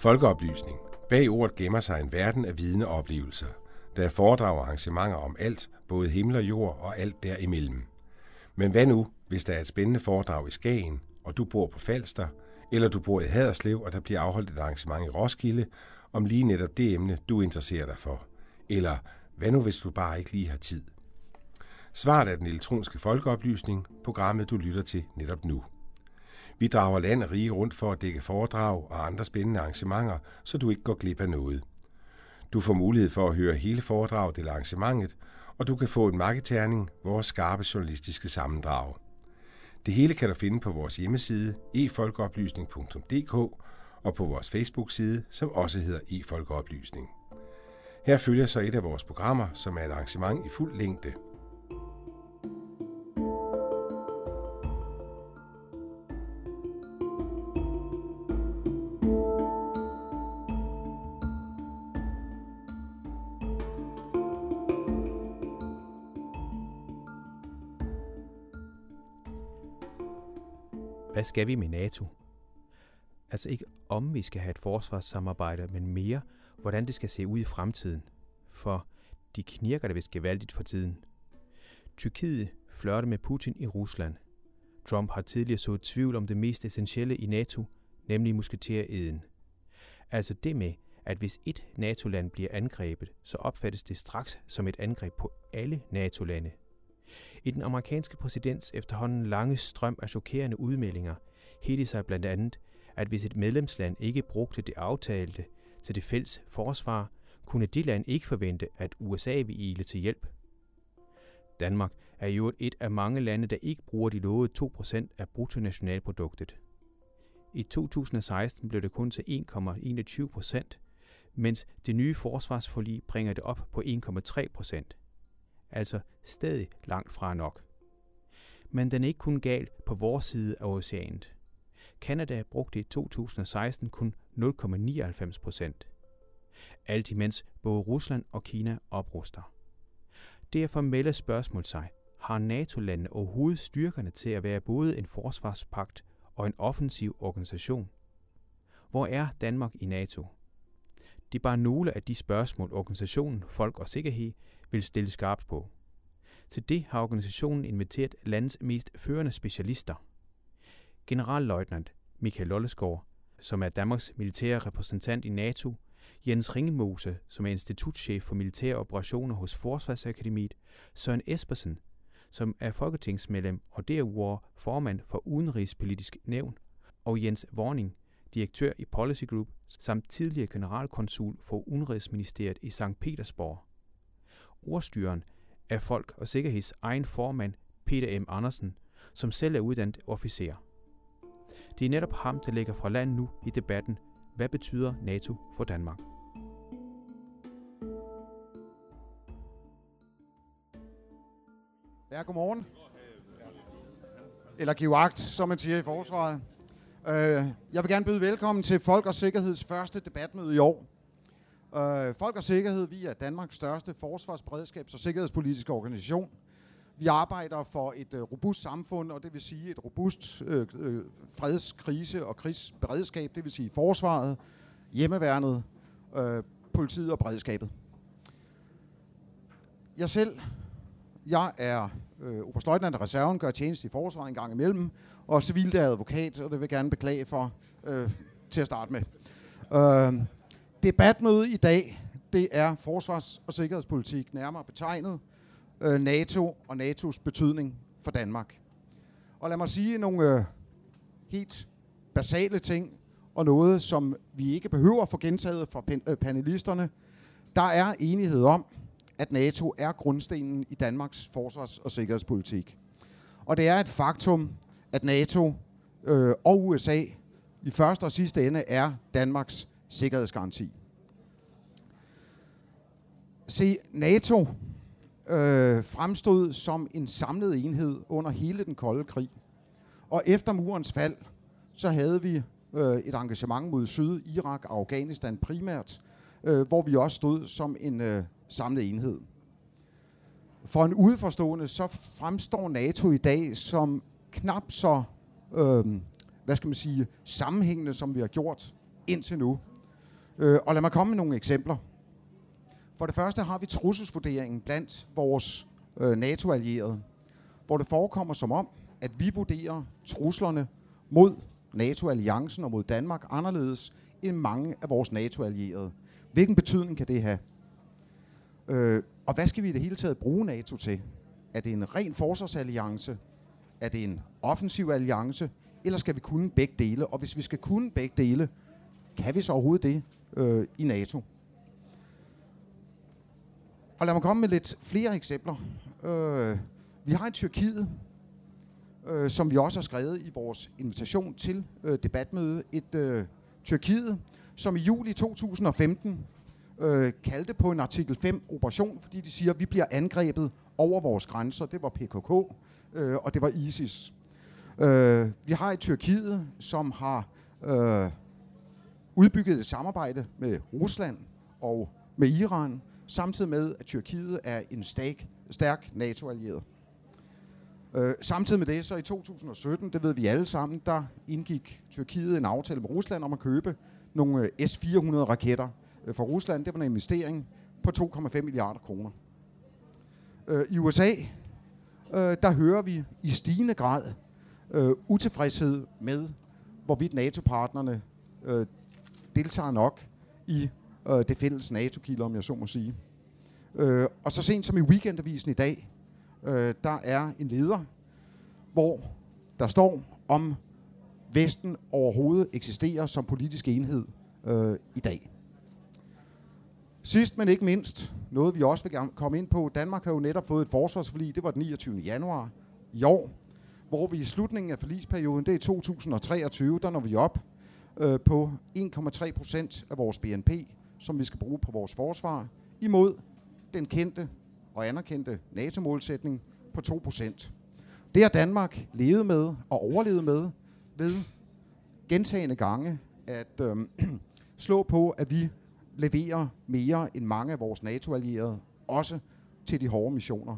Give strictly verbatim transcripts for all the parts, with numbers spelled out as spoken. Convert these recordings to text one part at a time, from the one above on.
Folkeoplysning. Bag ordet gemmer sig en verden af viden og oplevelser. Der er foredrag og arrangementer om alt, både himmel og jord og alt derimellem. Men hvad nu, hvis der er et spændende foredrag i Skagen, og du bor på Falster, eller du bor i Haderslev, og der bliver afholdt et arrangement i Roskilde, om lige netop det emne, du interesserer dig for? Eller hvad nu, hvis du bare ikke lige har tid? Svaret er den elektroniske folkeoplysning, programmet du lytter til netop nu. Vi drager land og rige rundt for at dække foredrag og andre spændende arrangementer, så du ikke går glip af noget. Du får mulighed for at høre hele foredraget eller arrangementet, og du kan få en marketerning, vores skarpe journalistiske sammendrag. Det hele kan du finde på vores hjemmeside e folkeoplysning punktum d k og på vores Facebook-side, som også hedder e-folkeoplysning. Her følger så et af vores programmer, som er et arrangement i fuld længde. Hvad skal vi med NATO? Altså ikke om vi skal have et forsvarssamarbejde, men mere, hvordan det skal se ud i fremtiden. For de knirker det vist gevaldigt for tiden. Tyrkiet flørter med Putin i Rusland. Trump har tidligere sået tvivl om det mest essentielle i NATO, nemlig musketereden. Altså det med, at hvis et NATO-land bliver angrebet, så opfattes det straks som et angreb på alle NATO-lande. I den amerikanske præsidents efterhånden lange strøm af chokerende udmeldinger hed det sig blandt andet, at hvis et medlemsland ikke brugte det aftalte til det fælles forsvar, kunne det land ikke forvente, at U S A ville ile til hjælp. Danmark er jo et af mange lande, der ikke bruger de lovede to procent af bruttonationalproduktet. I to tusind og seksten blev det kun til en komma enogtyve procent, mens det nye forsvarsforlig bringer det op på en komma tre procent. Altså stadig langt fra nok. Men den er ikke kun galt på vores side af oceanet. Canada brugte i to tusind og seksten kun nul komma nioghalvfems procent. Alt imens både Rusland og Kina opruster. Derfor melder spørgsmål sig, har NATO-landene overhovedet styrkerne til at være både en forsvarspagt og en offensiv organisation? Hvor er Danmark i NATO? Det er bare nogle af de spørgsmål, organisationen Folk og Sikkerhed vil stille skarpt på. Til det har organisationen inviteret landets mest førende specialister. Generalløjtnant Michael Lollesgaard, som er Danmarks militære repræsentant i NATO, Jens Ringemose, som er institutschef for militære operationer hos Forsvarsakademiet, Søren Espersen, som er folketingsmedlem og derudover formand for Udenrigspolitisk Nævn, og Jens Worning, direktør i Policy Group, samt tidligere generalkonsul for Udenrigsministeriet i Sankt Petersborg. Ordstyren er Folk og Sikkerheds egen formand, Peter M. Andersen, som selv er uddannet officer. Det er netop ham, der lægger fra land nu i debatten, hvad betyder NATO for Danmark? Ja, godmorgen. Eller giv agt, som man siger i forsvaret. Jeg vil gerne byde velkommen til Folk og Sikkerheds første debatmøde i år. Folk og Sikkerhed, vi er Danmarks største forsvarsberedskabs- og sikkerhedspolitiske organisation. Vi arbejder for et øh, robust samfund, og det vil sige et robust øh, øh, freds-, krise- og krigsberedskab, det vil sige forsvaret, hjemmeværnet, øh, politiet og beredskabet. Jeg selv, jeg er øh, oberstløjtnant af reserven, gør tjeneste i forsvaret en gang imellem, og civilt er advokat, og det vil jeg gerne beklage for øh, til at starte med. Øh, debatmøde i dag, det er forsvars- og sikkerhedspolitik, nærmere betegnet NATO og N A T O's betydning for Danmark. Og lad mig sige nogle øh, helt basale ting, og noget, som vi ikke behøver at få gentaget fra pen- øh, panelisterne. Der er enighed om, at NATO er grundstenen i Danmarks forsvars- og sikkerhedspolitik. Og det er et faktum, at NATO øh, og U S A i første og sidste ende er Danmarks sikkerhedsgaranti. Se, NATO Øh, fremstod som en samlet enhed under hele den kolde krig. Og efter murens fald, så havde vi øh, et engagement mod Syd, Irak og Afghanistan primært, øh, hvor vi også stod som en øh, samlet enhed. For en udeforstående, så fremstår NATO i dag som knap så, øh, hvad skal man sige, sammenhængende, som vi har gjort indtil nu. Øh, og lad mig komme med nogle eksempler. For det første har vi trusselsvurderingen blandt vores øh, NATO-allierede, hvor det forekommer som om, at vi vurderer truslerne mod NATO-alliancen og mod Danmark anderledes end mange af vores NATO-allierede. Hvilken betydning kan det have? Øh, og hvad skal vi i det hele taget bruge NATO til? Er det en ren forsvarsalliance? Er det en offensiv alliance? Eller skal vi kunne begge dele? Og hvis vi skal kunne begge dele, kan vi så overhovedet det øh, i NATO? Og lad mig komme med lidt flere eksempler. Øh, vi har i Tyrkiet, øh, som vi også har skrevet i vores invitation til øh, debatmøde, et øh, Tyrkiet, som i juli to tusind og femten øh, kaldte på en artikel fem operation, fordi de siger, at vi bliver angrebet over vores grænser. Det var P K K, øh, og det var ISIS. Øh, vi har i Tyrkiet, som har øh, udbygget et samarbejde med Rusland og med Iran, samtidig med, at Tyrkiet er en stærk, stærk NATO-allieret. Øh, samtidig med det, så i to tusind og sytten, det ved vi alle sammen, der indgik Tyrkiet en aftale med Rusland om at købe nogle S fire hundrede raketter øh, fra Rusland. Det var en investering på to komma fem milliarder kroner. Øh, I U S A, øh, der hører vi i stigende grad øh, utilfredshed med, hvorvidt NATO-partnerne øh, deltager nok i øh, det fælles NATO-kilder, om jeg så må sige. Øh, og så sent som i Weekendavisen i dag, øh, der er en leder, hvor der står om Vesten overhovedet eksisterer som politisk enhed øh, i dag. Sidst men ikke mindst, noget vi også vil komme ind på, Danmark har jo netop fået et forsvarsforlig, det var den niogtyvende januar i år, hvor vi i slutningen af forligsperioden, det er to tusind og treogtyve, der når vi op øh, på en komma tre procent af vores B N P, som vi skal bruge på vores forsvar, imod den kendte og anerkendte NATO-målsætning på to procent. Det har Danmark levet med og overlevet med ved gentagne gange at øh, slå på, at vi leverer mere end mange af vores NATO-allierede, også til de hårde missioner.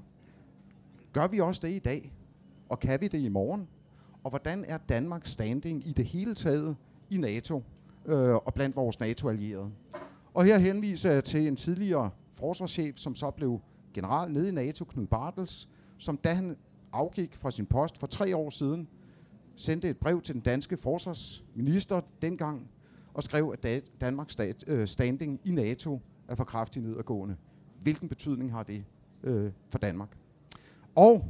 Gør vi også det i dag? Og kan vi det i morgen? Og hvordan er Danmarks standing i det hele taget i NATO øh, og blandt vores NATO-allierede? Og her henviser jeg til en tidligere forsvarschef, som så blev general nede i NATO, Knud Bartels, som da han afgik fra sin post for tre år siden, sendte et brev til den danske forsvarsminister dengang, og skrev, at Danmarks standing i NATO er for kraftigt nedadgående. Hvilken betydning har det øh, for Danmark? Og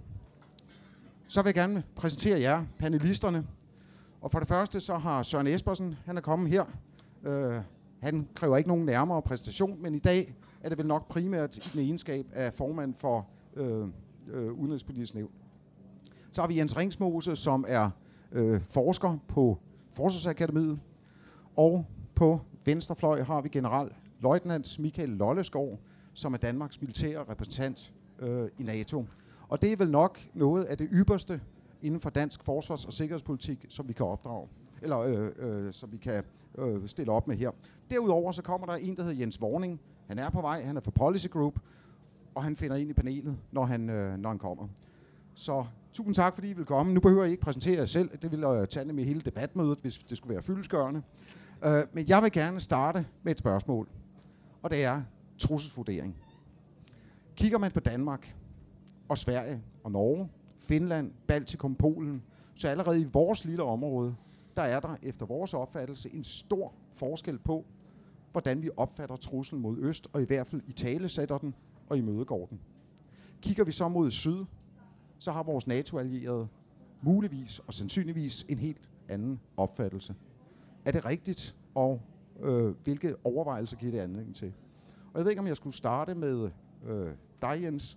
så vil jeg gerne præsentere jer, panelisterne. Og for det første så har Søren Espersen, han er kommet her. Øh, han kræver ikke nogen nærmere præsentation, men i dag er det vel nok primært i den egenskab af formand for øh, øh, Udenrigspolitisk Nævn. Så har vi Jens Ringsmose, som er øh, forsker på Forsvarsakademiet. Og på venstre fløj har vi generalløjtnant Michael Lolleskov, som er Danmarks militære repræsentant øh, i NATO. Og det er vel nok noget af det ypperste inden for dansk forsvars- og sikkerhedspolitik, som vi kan opdrage, eller øh, øh, som vi kan øh, stille op med her. Derudover så kommer der en, der hedder Jens Worning. Han er på vej, han er fra Policy Group, og han finder ind i panelet, når han, øh, når han kommer. Så tusind tak, fordi I vil komme. Nu behøver jeg ikke præsentere jer selv. Det vil jeg tage med hele debatmødet, hvis det skulle være fyldestgørende. Uh, men jeg vil gerne starte med et spørgsmål, og det er trusselsvurdering. Kigger man på Danmark og Sverige og Norge, Finland, Baltikum, Polen, så allerede i vores lille område, der er der efter vores opfattelse en stor forskel på, hvordan vi opfatter truslen mod øst, og i hvert fald i tale sætter den og imødegår den. Kigger vi så mod syd, så har vores NATO-allierede muligvis og sandsynligvis en helt anden opfattelse. Er det rigtigt, og øh, hvilke overvejelser giver det anledning til? Og jeg ved ikke, om jeg skulle starte med øh, dig, Jens.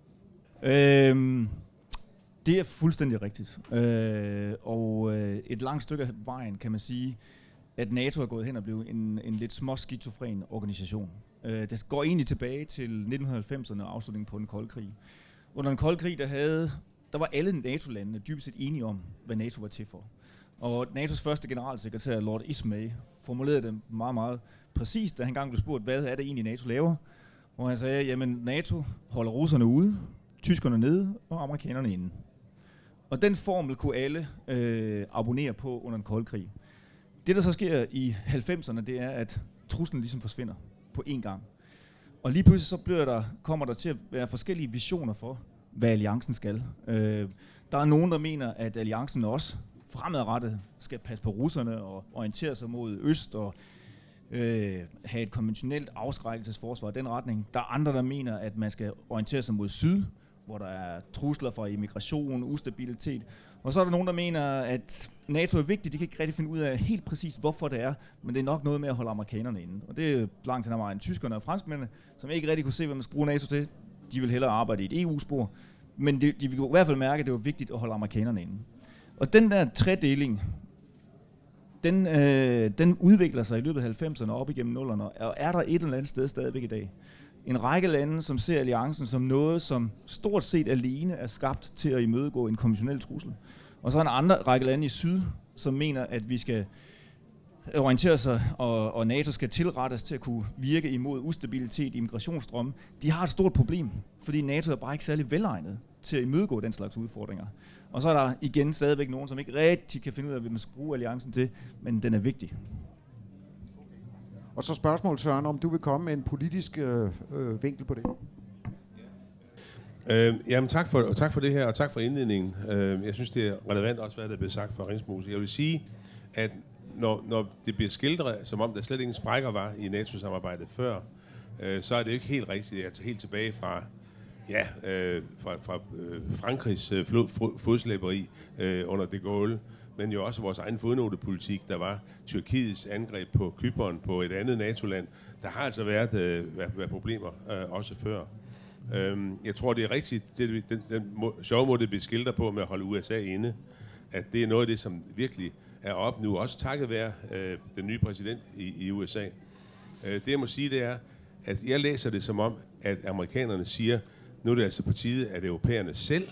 Øhm, det er fuldstændig rigtigt. Øh, og øh, et langt stykke af vejen kan man sige, at NATO er gået hen og blevet en, en lidt små skizofren organisation. Øh, det går egentlig tilbage til nitten halvfemserne og afslutningen på den kolde krig. Under den kolde krig, der, havde, der var alle NATO-landene dybest set enige om, hvad NATO var til for. Og N A T O's første generalsekretær, Lord Ismay, formulerede det meget, meget præcist, da han engang blev spurgt, hvad er det egentlig NATO laver? Og han sagde, jamen NATO holder russerne ude, tyskerne nede og amerikanerne inde. Og den formel kunne alle øh, abonnere på under den kolde krig. Det, der så sker i halvfemserne, det er, at truslen ligesom forsvinder på én gang. Og lige pludselig så bliver der, kommer der til at være forskellige visioner for, hvad alliancen skal. Øh, der er nogen, der mener, at alliancen også fremadrettet skal passe på russerne og orientere sig mod øst og øh, have et konventionelt afskrækkelsesforsvar i den retning. Der er andre, der mener, at man skal orientere sig mod syd, hvor der er trusler fra immigration, ustabilitet. Og så er der nogen, der mener, at NATO er vigtigt. De kan ikke rigtig finde ud af helt præcis, hvorfor det er, men det er nok noget med at holde amerikanerne inde. Og det er langt hen ad vejen tyskerne og franskmændene, som ikke rigtig kunne se, hvad man skal bruge NATO til. De vil hellere arbejde i et E U-spor, men de, de vil i hvert fald mærke, at det var vigtigt at holde amerikanerne inde. Og den der tredeling, den, øh, den udvikler sig i løbet af halvfemserne og op igennem nullerne, og er der et eller andet sted stadigvæk i dag. En række lande, som ser alliancen som noget, som stort set alene er skabt til at imødegå en konventionel trussel. Og så er en andre række lande i syd, som mener, at vi skal orientere sig, og, og NATO skal tilrettes til at kunne virke imod ustabilitet i immigrationsstrømme. De har et stort problem, fordi NATO er bare ikke særlig velegnet til at imødegå den slags udfordringer. Og så er der igen stadigvæk nogen, som ikke rigtig kan finde ud af, hvad man skal bruge alliancen til, men den er vigtig. Og så spørgsmål, Søren, om du vil komme med en politisk øh, øh, vinkel på det. Øh, jamen tak for, tak for det her, og tak for indledningen. Øh, jeg synes, det er relevant også, hvad der blev sagt fra Ringsmose. Jeg vil sige, at når, når det bliver skildret, som om der slet ingen sprækker var i NATO-samarbejdet før, øh, så er det jo ikke helt rigtigt. Altså helt tilbage fra, ja, øh, fra, fra øh, Frankrigs øh, fodslæberi øh, under de Gaulle, men jo også vores egen fodnotepolitik. Der var Tyrkiets angreb på Cypern, på et andet NATO-land. Der har altså været, øh, været, været problemer, øh, også før. Øhm, jeg tror, det er rigtigt, det, den, den må, sjove måde, det bliver skildret på med at holde U S A inde, at det er noget af det, som virkelig er op nu, også takket være øh, den nye præsident i, i U S A. Øh, det jeg må sige, det er, at jeg læser det som om, at amerikanerne siger, nu er det altså på tide, at europæerne selv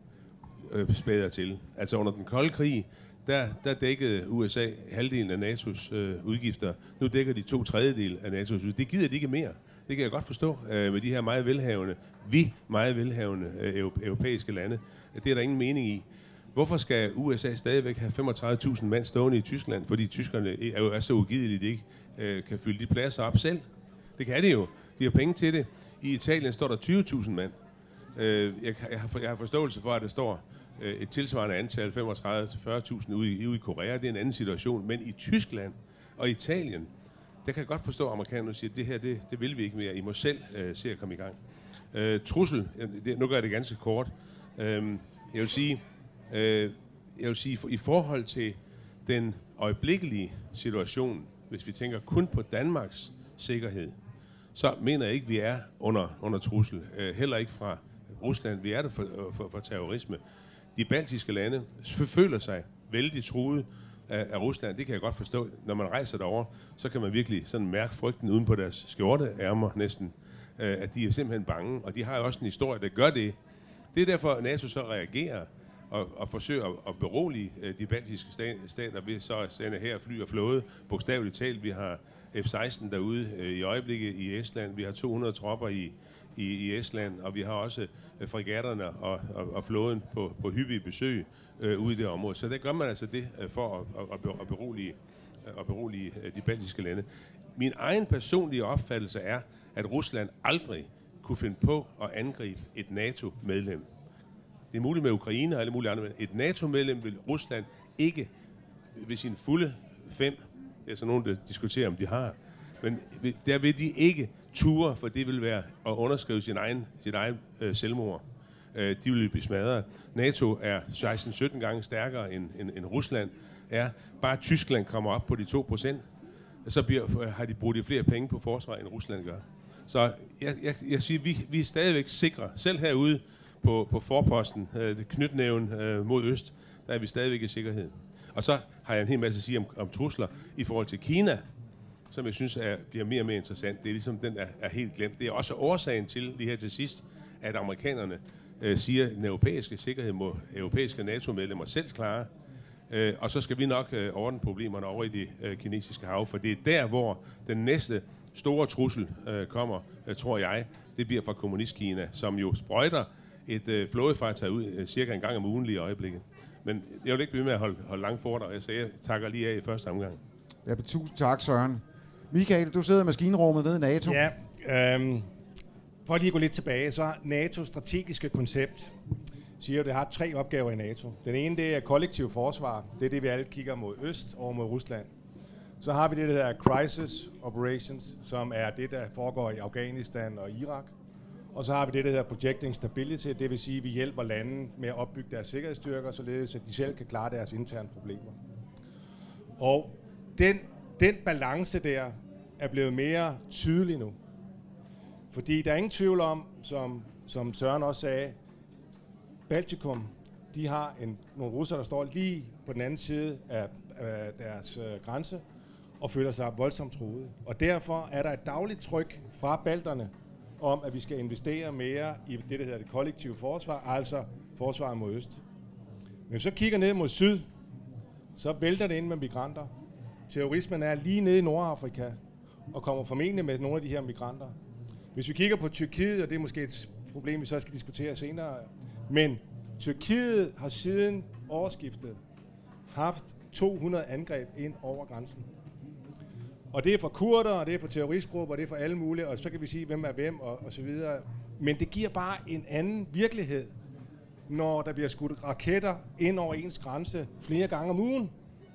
øh, spæder til. Altså under den kolde krig, Der, der dækkede U S A halvdelen af NATO's øh, udgifter. Nu dækker de to tredjedel af NATO's udgifter. Det gider de ikke mere. Det kan jeg godt forstå øh, med de her meget velhavende, vi meget velhavende øh, europæiske lande. Det er der ingen mening i. Hvorfor skal U S A stadigvæk have femogtredive tusind mand stående i Tyskland? Fordi tyskerne er jo er så ugidelige, at de ikke øh, kan fylde de pladser op selv. Det kan de jo. De har penge til det. I Italien står der tyve tusind mand. Øh, jeg, jeg, har, jeg har forståelse for, at der står et tilsvarende antal, femogtredive til fyrre tusind ude i, ude i Korea. Det er en anden situation. Men i Tyskland og Italien, der kan jeg godt forstå, at amerikanerne siger, at det her, det, det vil vi ikke mere. I må selv uh, se at komme i gang. Uh, trussel, det, nu gør jeg det ganske kort. Uh, jeg vil sige, uh, jeg vil sige, for, i forhold til den øjeblikkelige situation, hvis vi tænker kun på Danmarks sikkerhed, så mener jeg ikke, at vi er under, under trussel. Uh, heller ikke fra Rusland. Vi er der for, for, for terrorisme. De baltiske lande føler sig vældig truet af, af Rusland. Det kan jeg godt forstå. Når man rejser derover, så kan man virkelig sådan mærke frygten uden på deres skjorteærmer næsten. Øh, at de er simpelthen bange, og de har jo også en historie, der gør det. Det er derfor, at NATO så reagerer og, og forsøger at, at berolige de baltiske stater ved så at sende her fly og flåde. Bogstaveligt talt, vi har F seksten derude øh, i øjeblikket i Estland. Vi har to hundrede tropper i I, i Estland, og vi har også øh, fregatterne og, og, og flåden på, på hyppige besøg øh, ude i det område. Så der gør man altså det øh, for at, at, at berolige, at berolige øh, de baltiske lande. Min egen personlige opfattelse er, at Rusland aldrig kunne finde på at angribe et NATO-medlem. Det er muligt med Ukraine og alle mulige andre, men et NATO-medlem vil Rusland ikke ved sin fulde fem, det er så nogen, der diskuterer, om de har, men der vil de ikke ture, for det vil være at underskrive sin egen, sin egen øh, selvmord. Øh, de vil blive smadret. NATO er seksten sytten gange stærkere end, end, end Rusland er. Bare Tyskland kommer op på de to procent, så bliver, har de brugt flere penge på forsvar, end Rusland gør. Så jeg, jeg, jeg siger, vi, vi er stadigvæk sikre. Selv herude på, på forposten, øh, knytnæven øh, mod øst, der er vi stadigvæk i sikkerhed. Og så har jeg en hel masse at sige om, om trusler i forhold til Kina, som jeg synes er, bliver mere og mere interessant. Det er ligesom, den er, er helt glemt. Det er også årsagen til, lige her til sidst, at amerikanerne øh, siger, at den europæiske sikkerhed må europæiske NATO-medlemmer selv klare, øh, og så skal vi nok øh, ordne problemerne over i det øh, kinesiske hav, for det er der, hvor den næste store trussel øh, kommer, øh, tror jeg. Det bliver fra kommunistkina, som jo sprøjter et øh, flådefartøj ud øh, cirka en gang om ugen lige i øjeblikket. Men jeg vil ikke blive med at holde, holde lange foredrag, så jeg takker lige af i første omgang. Ja, tusind tak, Søren. Michael, du sidder i maskinrummet nede i NATO. Ja, øhm, for lige at gå lidt tilbage, så NATO's strategiske koncept siger, at det har tre opgaver i NATO. Den ene, det er kollektiv forsvar. Det er det, vi alle kigger mod øst over mod Rusland. Så har vi det, der hedder Crisis Operations, som er det, der foregår i Afghanistan og Irak. Og så har vi det, der hedder Projecting Stability, det vil sige, at vi hjælper lande med at opbygge deres sikkerhedsstyrker, således at de selv kan klare deres interne problemer. Og den, den balance der er blevet mere tydelig nu. Fordi der er ingen tvivl om, som, som Søren også sagde, Baltikum, de har en, nogle russere, der står lige på den anden side af, af deres øh, grænse, og føler sig voldsomt truet. Og derfor er der et dagligt tryk fra balterne om, at vi skal investere mere i det, der hedder det kollektive forsvar, altså forsvaret mod øst. Men så kigger ned mod syd, så vælter det ind med migranter. Terrorismen er lige nede i Nordafrika, og kommer formentlig med nogle af de her migranter. Hvis vi kigger på Tyrkiet, og det er måske et problem, vi så skal diskutere senere, men Tyrkiet har siden årsskiftet haft to hundrede angreb ind over grænsen. Og det er for kurder, og det er for terroristgrupper, og det er for alle mulige, og så kan vi sige, hvem er hvem, og, og så videre. Men det giver bare en anden virkelighed, når der bliver skudt raketter ind over ens grænse flere gange om ugen.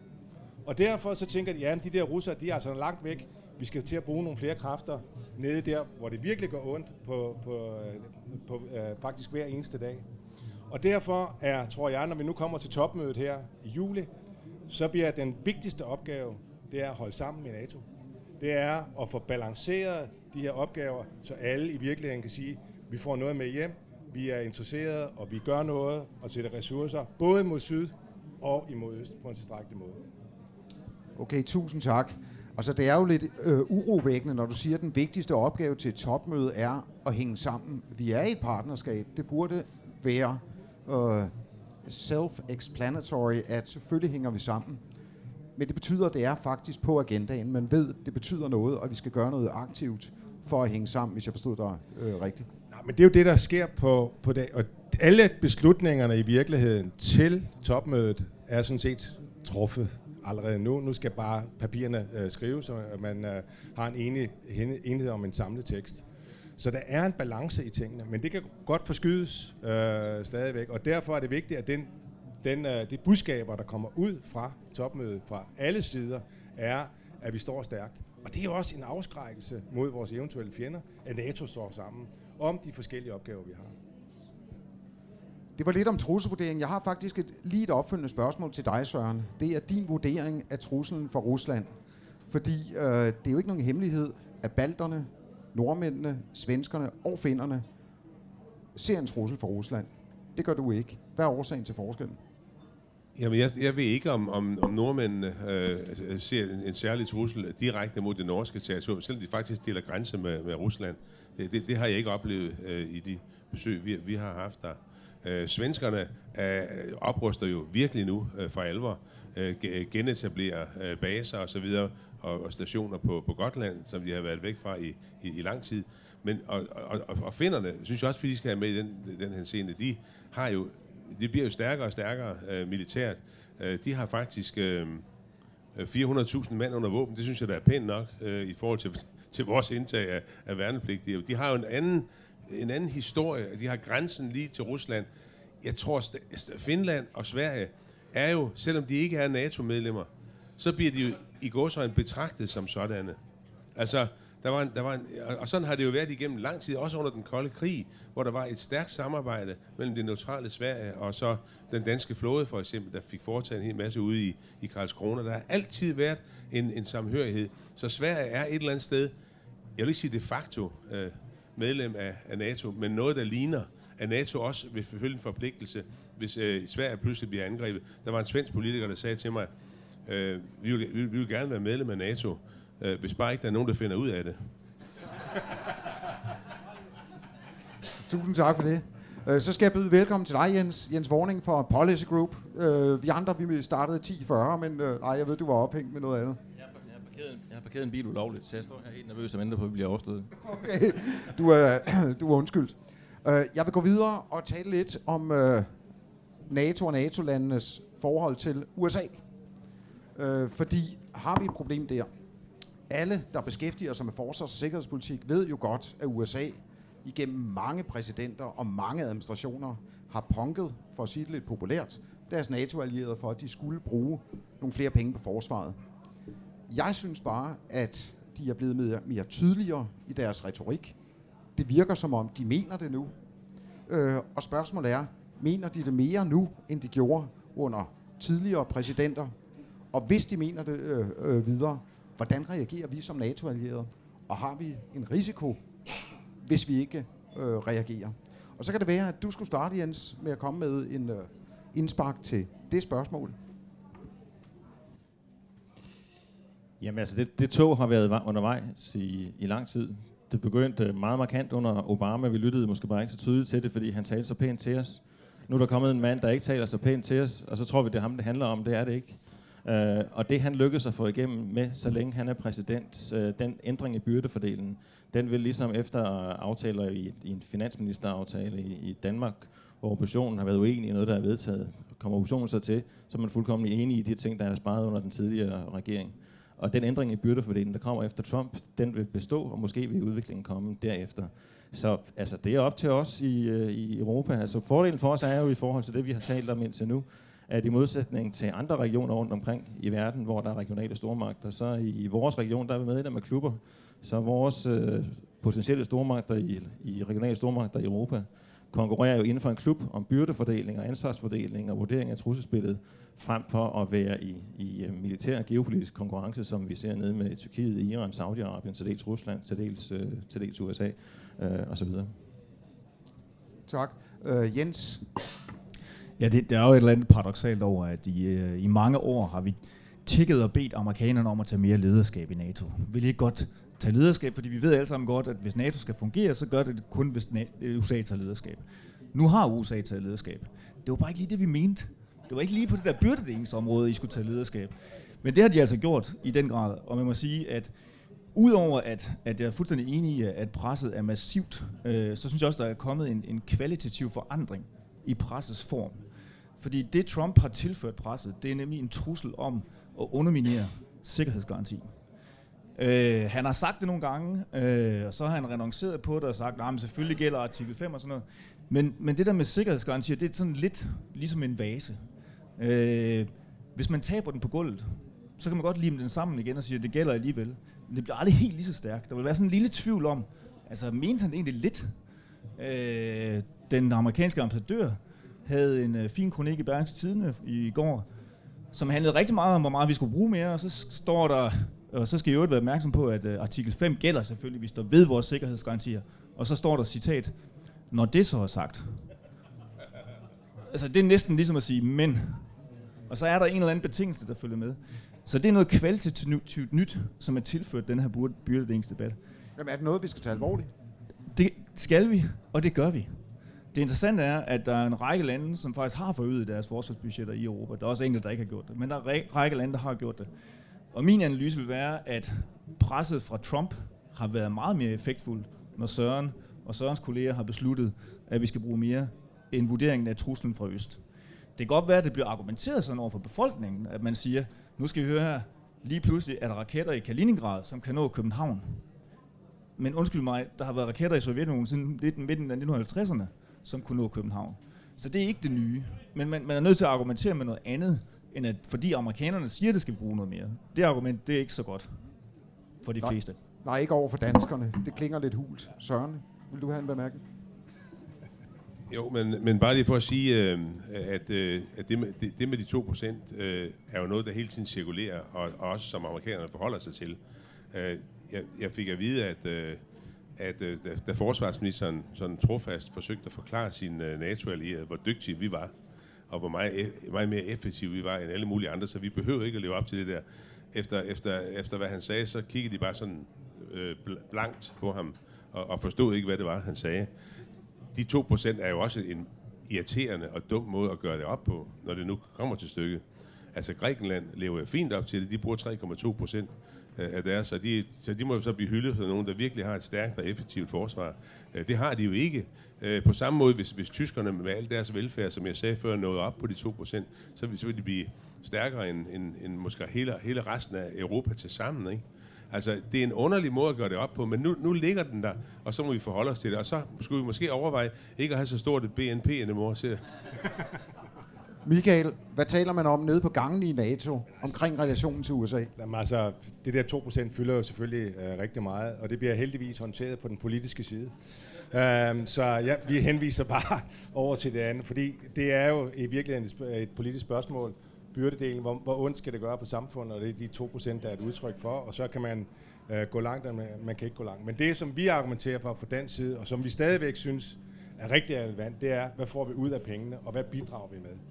Og derfor så tænker de, ja, de der russere, de er altså langt væk. Vi skal til at bruge nogle flere kræfter nede der, hvor det virkelig går ondt på, på, på øh, faktisk hver eneste dag. Og derfor er, tror jeg, når vi nu kommer til topmødet her i juli, så bliver den vigtigste opgave, det er at holde sammen i NATO. Det er at få balanceret de her opgaver, så alle i virkeligheden kan sige, vi får noget med hjem, vi er interesserede, og vi gør noget og sætter ressourcer, både mod syd og imod øst på en tilstrækkelig måde. Okay, tusind tak. Altså, det er jo lidt øh, urovækkende, når du siger, at den vigtigste opgave til et topmøde er at hænge sammen. Vi er i et partnerskab. Det burde være øh, self-explanatory, at selvfølgelig hænger vi sammen. Men det betyder, at det er faktisk på agendaen. Man ved, det betyder noget, og vi skal gøre noget aktivt for at hænge sammen, hvis jeg forstod dig øh, rigtigt. Nej, men det er jo det, der sker på, på det. Og alle beslutningerne i virkeligheden til topmødet er sådan set truffet allerede nu. Nu skal bare papirerne øh, skrives, så man øh, har en enig, enighed om en samlet tekst. Så der er en balance i tingene, men det kan godt forskydes øh, stadigvæk. Og derfor er det vigtigt, at den, den, øh, de budskaber, der kommer ud fra topmødet, fra alle sider, er, at vi står stærkt. Og det er jo også en afskrækkelse mod vores eventuelle fjender, at NATO står sammen om de forskellige opgaver, vi har. Det var lidt om trusselsvurdering. Jeg har faktisk et, lige et opfølgende spørgsmål til dig, Søren. Det er din vurdering af truslen fra Rusland. Fordi øh, det er jo ikke nogen hemmelighed, at balterne, nordmændene, svenskerne og finnerne ser en trussel fra Rusland. Det gør du ikke. Hvad er årsagen til forskellen? Jamen, jeg, jeg ved ikke, om, om, om nordmændene øh, ser en, en særlig trussel direkte mod det norske territorium, selvom de faktisk deler grænse med, med Rusland. Det, det, det har jeg ikke oplevet øh, i de besøg, vi, vi har haft der. Øh, svenskerne øh, opruster jo virkelig nu øh, for alvor, øh, genetablerer øh, baser og så videre, og, og stationer på, på Gotland, som de har været væk fra i, i, i lang tid. Men, og, og, og, og finnerne, synes jeg også, at de skal have med i den, den her scene, de har jo, de bliver jo stærkere og stærkere øh, militært. Øh, de har faktisk øh, fire hundrede tusind mand under våben. Det synes jeg, der er pænt nok øh, i forhold til, til vores indtag af, af værnepligtige. De har jo en anden en anden historie. De har grænsen lige til Rusland. Jeg tror, Finland og Sverige er jo, selvom de ikke er NATO-medlemmer, så bliver de jo i gåseøjne betragtet som sådanne. Altså, der var en, der var en, og sådan har det jo været igennem lang tid, også under den kolde krig, hvor der var et stærkt samarbejde mellem det neutrale Sverige og så den danske flåde, for eksempel, der fik foretaget en hel masse ude i, i Karlskrona. Der har altid været en, en samhørighed. Så Sverige er et eller andet sted, jeg vil ikke sige de facto, øh, medlem af, af NATO, men noget, der ligner, at NATO også vil følge en forpligtelse, hvis øh, Sverige pludselig bliver angrebet. Der var en svensk politiker, der sagde til mig, øh, vi, vil, vi, vi vil gerne være medlem af NATO, øh, hvis bare ikke der er nogen, der finder ud af det. Tusind tak for det. Så skal jeg byde velkommen til dig, Jens, Jens Vorning fra Policy Group. Vi andre, vi startede ti fyrre, men nej, jeg ved, du var ophængt med noget andet. Jeg har parkeret, jeg har parkeret en bil ulovligt, så jeg står her helt nervøs og venter på, at vi bliver overstået. Okay, du er, du er undskyldt. Jeg vil gå videre og tale lidt om NATO og NATO-landenes forhold til U S A. Fordi har vi et problem der, Alle, der beskæftiger sig med forsvars- og sikkerhedspolitik, ved jo godt, at U S A igennem mange præsidenter og mange administrationer har punket, for at sige det lidt populært, deres NATO-allierede for, at de skulle bruge nogle flere penge på forsvaret. Jeg synes bare, at de er blevet mere, mere tydeligere i deres retorik. Det virker som om, de mener det nu. Øh, og spørgsmålet er, mener de det mere nu, end de gjorde under tidligere præsidenter? Og hvis de mener det øh, øh, videre, hvordan reagerer vi som NATO-allierede? Og har vi en risiko, hvis vi ikke øh, reagerer? Og så kan det være, at du skulle starte, Jens, med at komme med en øh, indspark til det spørgsmål. Jamen altså, det, det tog har været undervejs i, i lang tid. Det begyndte meget markant under Obama. Vi lyttede måske bare ikke så tydeligt til det, fordi han talte så pænt til os. Nu er der kommet en mand, der ikke taler så pænt til os, og så tror vi, det er ham, det handler om. Det er det ikke. Uh, og det han lykkedes at få igennem med, så længe han er præsident, uh, den ændring i byrdefordelen, den vil ligesom efter aftaler i, i en finansministeraftale i, i Danmark, hvor oppositionen har været uenig i noget, der er vedtaget, kommer oppositionen så til, så er man fuldkommen enig i de ting, der er sparet under den tidligere regering. Og den ændring i byrdefordelen, der kommer efter Trump, den vil bestå, og måske vil udviklingen komme derefter. Så altså, det er op til os i, uh, i Europa. Altså, fordelen for os er jo i forhold til det, vi har talt om indtil nu, at i modsætning til andre regioner rundt omkring i verden, hvor der er regionale stormagter, så i vores region, der er vi medlem af klubber, så vores øh, potentielle stormagter i, i regionale stormagter i Europa konkurrerer jo inden for en klub om byrdefordeling og ansvarsfordeling og vurdering af trusselsbilledet, frem for at være i, i militær og geopolitisk konkurrence, som vi ser nede med Tyrkiet, Iran, Saudi-Arabien, til dels Rusland, til dels, øh, til dels U S A øh, osv. Tak. Uh, Jens? Ja, det, det er jo et eller andet paradoksalt over, at i, øh, i mange år har vi tækket og bedt amerikanerne om at tage mere lederskab i NATO. Vi vil ikke godt tage lederskab, fordi vi ved alle sammen godt, at hvis NATO skal fungere, så gør det kun, hvis U S A tager lederskab. Nu har U S A taget lederskab. Det var bare ikke lige det, vi mente. Det var ikke lige på det der byrdedelingsområde, I skulle tage lederskab. Men det har de altså gjort i den grad, og man må sige, at udover at, at jeg er fuldstændig enig i, at presset er massivt, øh, så synes jeg også, der er kommet en, en kvalitativ forandring i pressets form. Fordi det, Trump har tilført presset, det er nemlig en trussel om at underminere sikkerhedsgarantien. Øh, han har sagt det nogle gange, øh, og så har han renonceret på det og sagt, at selvfølgelig gælder artikel fem og sådan noget. Men, men det der med sikkerhedsgarantier, det er sådan lidt ligesom en vase. Øh, hvis man taber den på gulvet, så kan man godt lime den sammen igen og sige, at det gælder alligevel. Men det bliver aldrig helt lige så stærkt. Der vil være sådan en lille tvivl om, altså mente han egentlig lidt? Øh, den amerikanske ambassadør havde en øh, fin kronik i Berlingske Tidende i går, som handlede rigtig meget om, hvor meget vi skulle bruge mere, og så står der, og så skal I jo være opmærksom på, at øh, artikel fem gælder selvfølgelig, hvis der ved vores sikkerhedsgarantier, og så står der citat, når det så er sagt. Altså det er næsten ligesom at sige, men, og så er der en eller anden betingelse, der følger med. Så det er noget kvalitativt nyt, som er tilført den her byrdedelingsdebat. Jamen er det noget, vi skal tage alvorligt? Det skal vi, og det gør vi. Det interessante er, at der er en række lande, som faktisk har forøget deres forsvarsbudgetter i Europa. Der er også enkelte, der ikke har gjort det, men der er en række lande, der har gjort det. Og min analyse vil være, at presset fra Trump har været meget mere effektfuldt, når Søren og Sørens kolleger har besluttet, at vi skal bruge mere end vurderingen af truslen fra øst. Det kan godt være, at det bliver argumenteret sådan over for befolkningen, at man siger, nu skal vi høre her, lige pludselig er der raketter i Kaliningrad, som kan nå København. Men undskyld mig, der har været raketter i Sovjetunionen siden midten af nitten halvtredserne, som kunne nå København. Så det er ikke det nye. Men man, man er nødt til at argumentere med noget andet, end at fordi amerikanerne siger, at det skal bruge noget mere. Det argument, det er ikke så godt for de Nej. fleste. Nej, ikke over for danskerne. Det klinger lidt hult. Søren, vil du have en bemærkning? Jo, men, men bare lige for at sige, øh, at, øh, at det, med, det, det med de to procent øh, er jo noget, der hele tiden cirkulerer, og, og også som amerikanerne forholder sig til. Øh, jeg, jeg fik at vide, at, øh, at øh, da, da forsvarsministeren sådan trofast forsøgte at forklare sine øh, NATO-allierede, hvor dygtige vi var, og hvor meget, meget mere effektive vi var end alle mulige andre, så vi behøver ikke at leve op til det der. Efter, efter, efter hvad han sagde, så kiggede de bare sådan øh, blankt på ham, og, og forstod ikke, hvad det var, han sagde. De to procent er jo også en irriterende og dum måde at gøre det op på, når det nu kommer til stykket. Altså Grækenland lever fint op til det. De bruger tre komma to procent af deres, så de, så de må så blive hyldet for nogen, der virkelig har et stærkt og effektivt forsvar. Det har de jo ikke. På samme måde, hvis, hvis tyskerne med al deres velfærd, som jeg sagde før, nåede op på de to procent, så vil, så vil de blive stærkere end, end, end måske hele, hele resten af Europa til sammen, ikke? Altså, det er en underlig måde at gøre det op på, men nu, nu ligger den der, og så må vi forholde os til det. Og så skulle vi måske overveje ikke at have så stort et B N P anymore til. Michael, hvad taler man om nede på gangen i NATO omkring relationen til U S A? Jamen, altså, det der to procent fylder jo selvfølgelig øh, rigtig meget, og det bliver heldigvis håndteret på den politiske side. Um, så ja, vi henviser bare over til det andet, fordi det er jo i virkeligheden et, et politisk spørgsmål, byrdedelen, hvor, hvor ondt skal det gøre på samfundet, og det er de to procent, der er et udtryk for, og så kan man øh, gå langt, og man, man kan ikke gå langt. Men det, som vi argumenterer for fra den side, og som vi stadigvæk synes er rigtig relevant, det er, hvad får vi ud af pengene, og hvad bidrager vi med?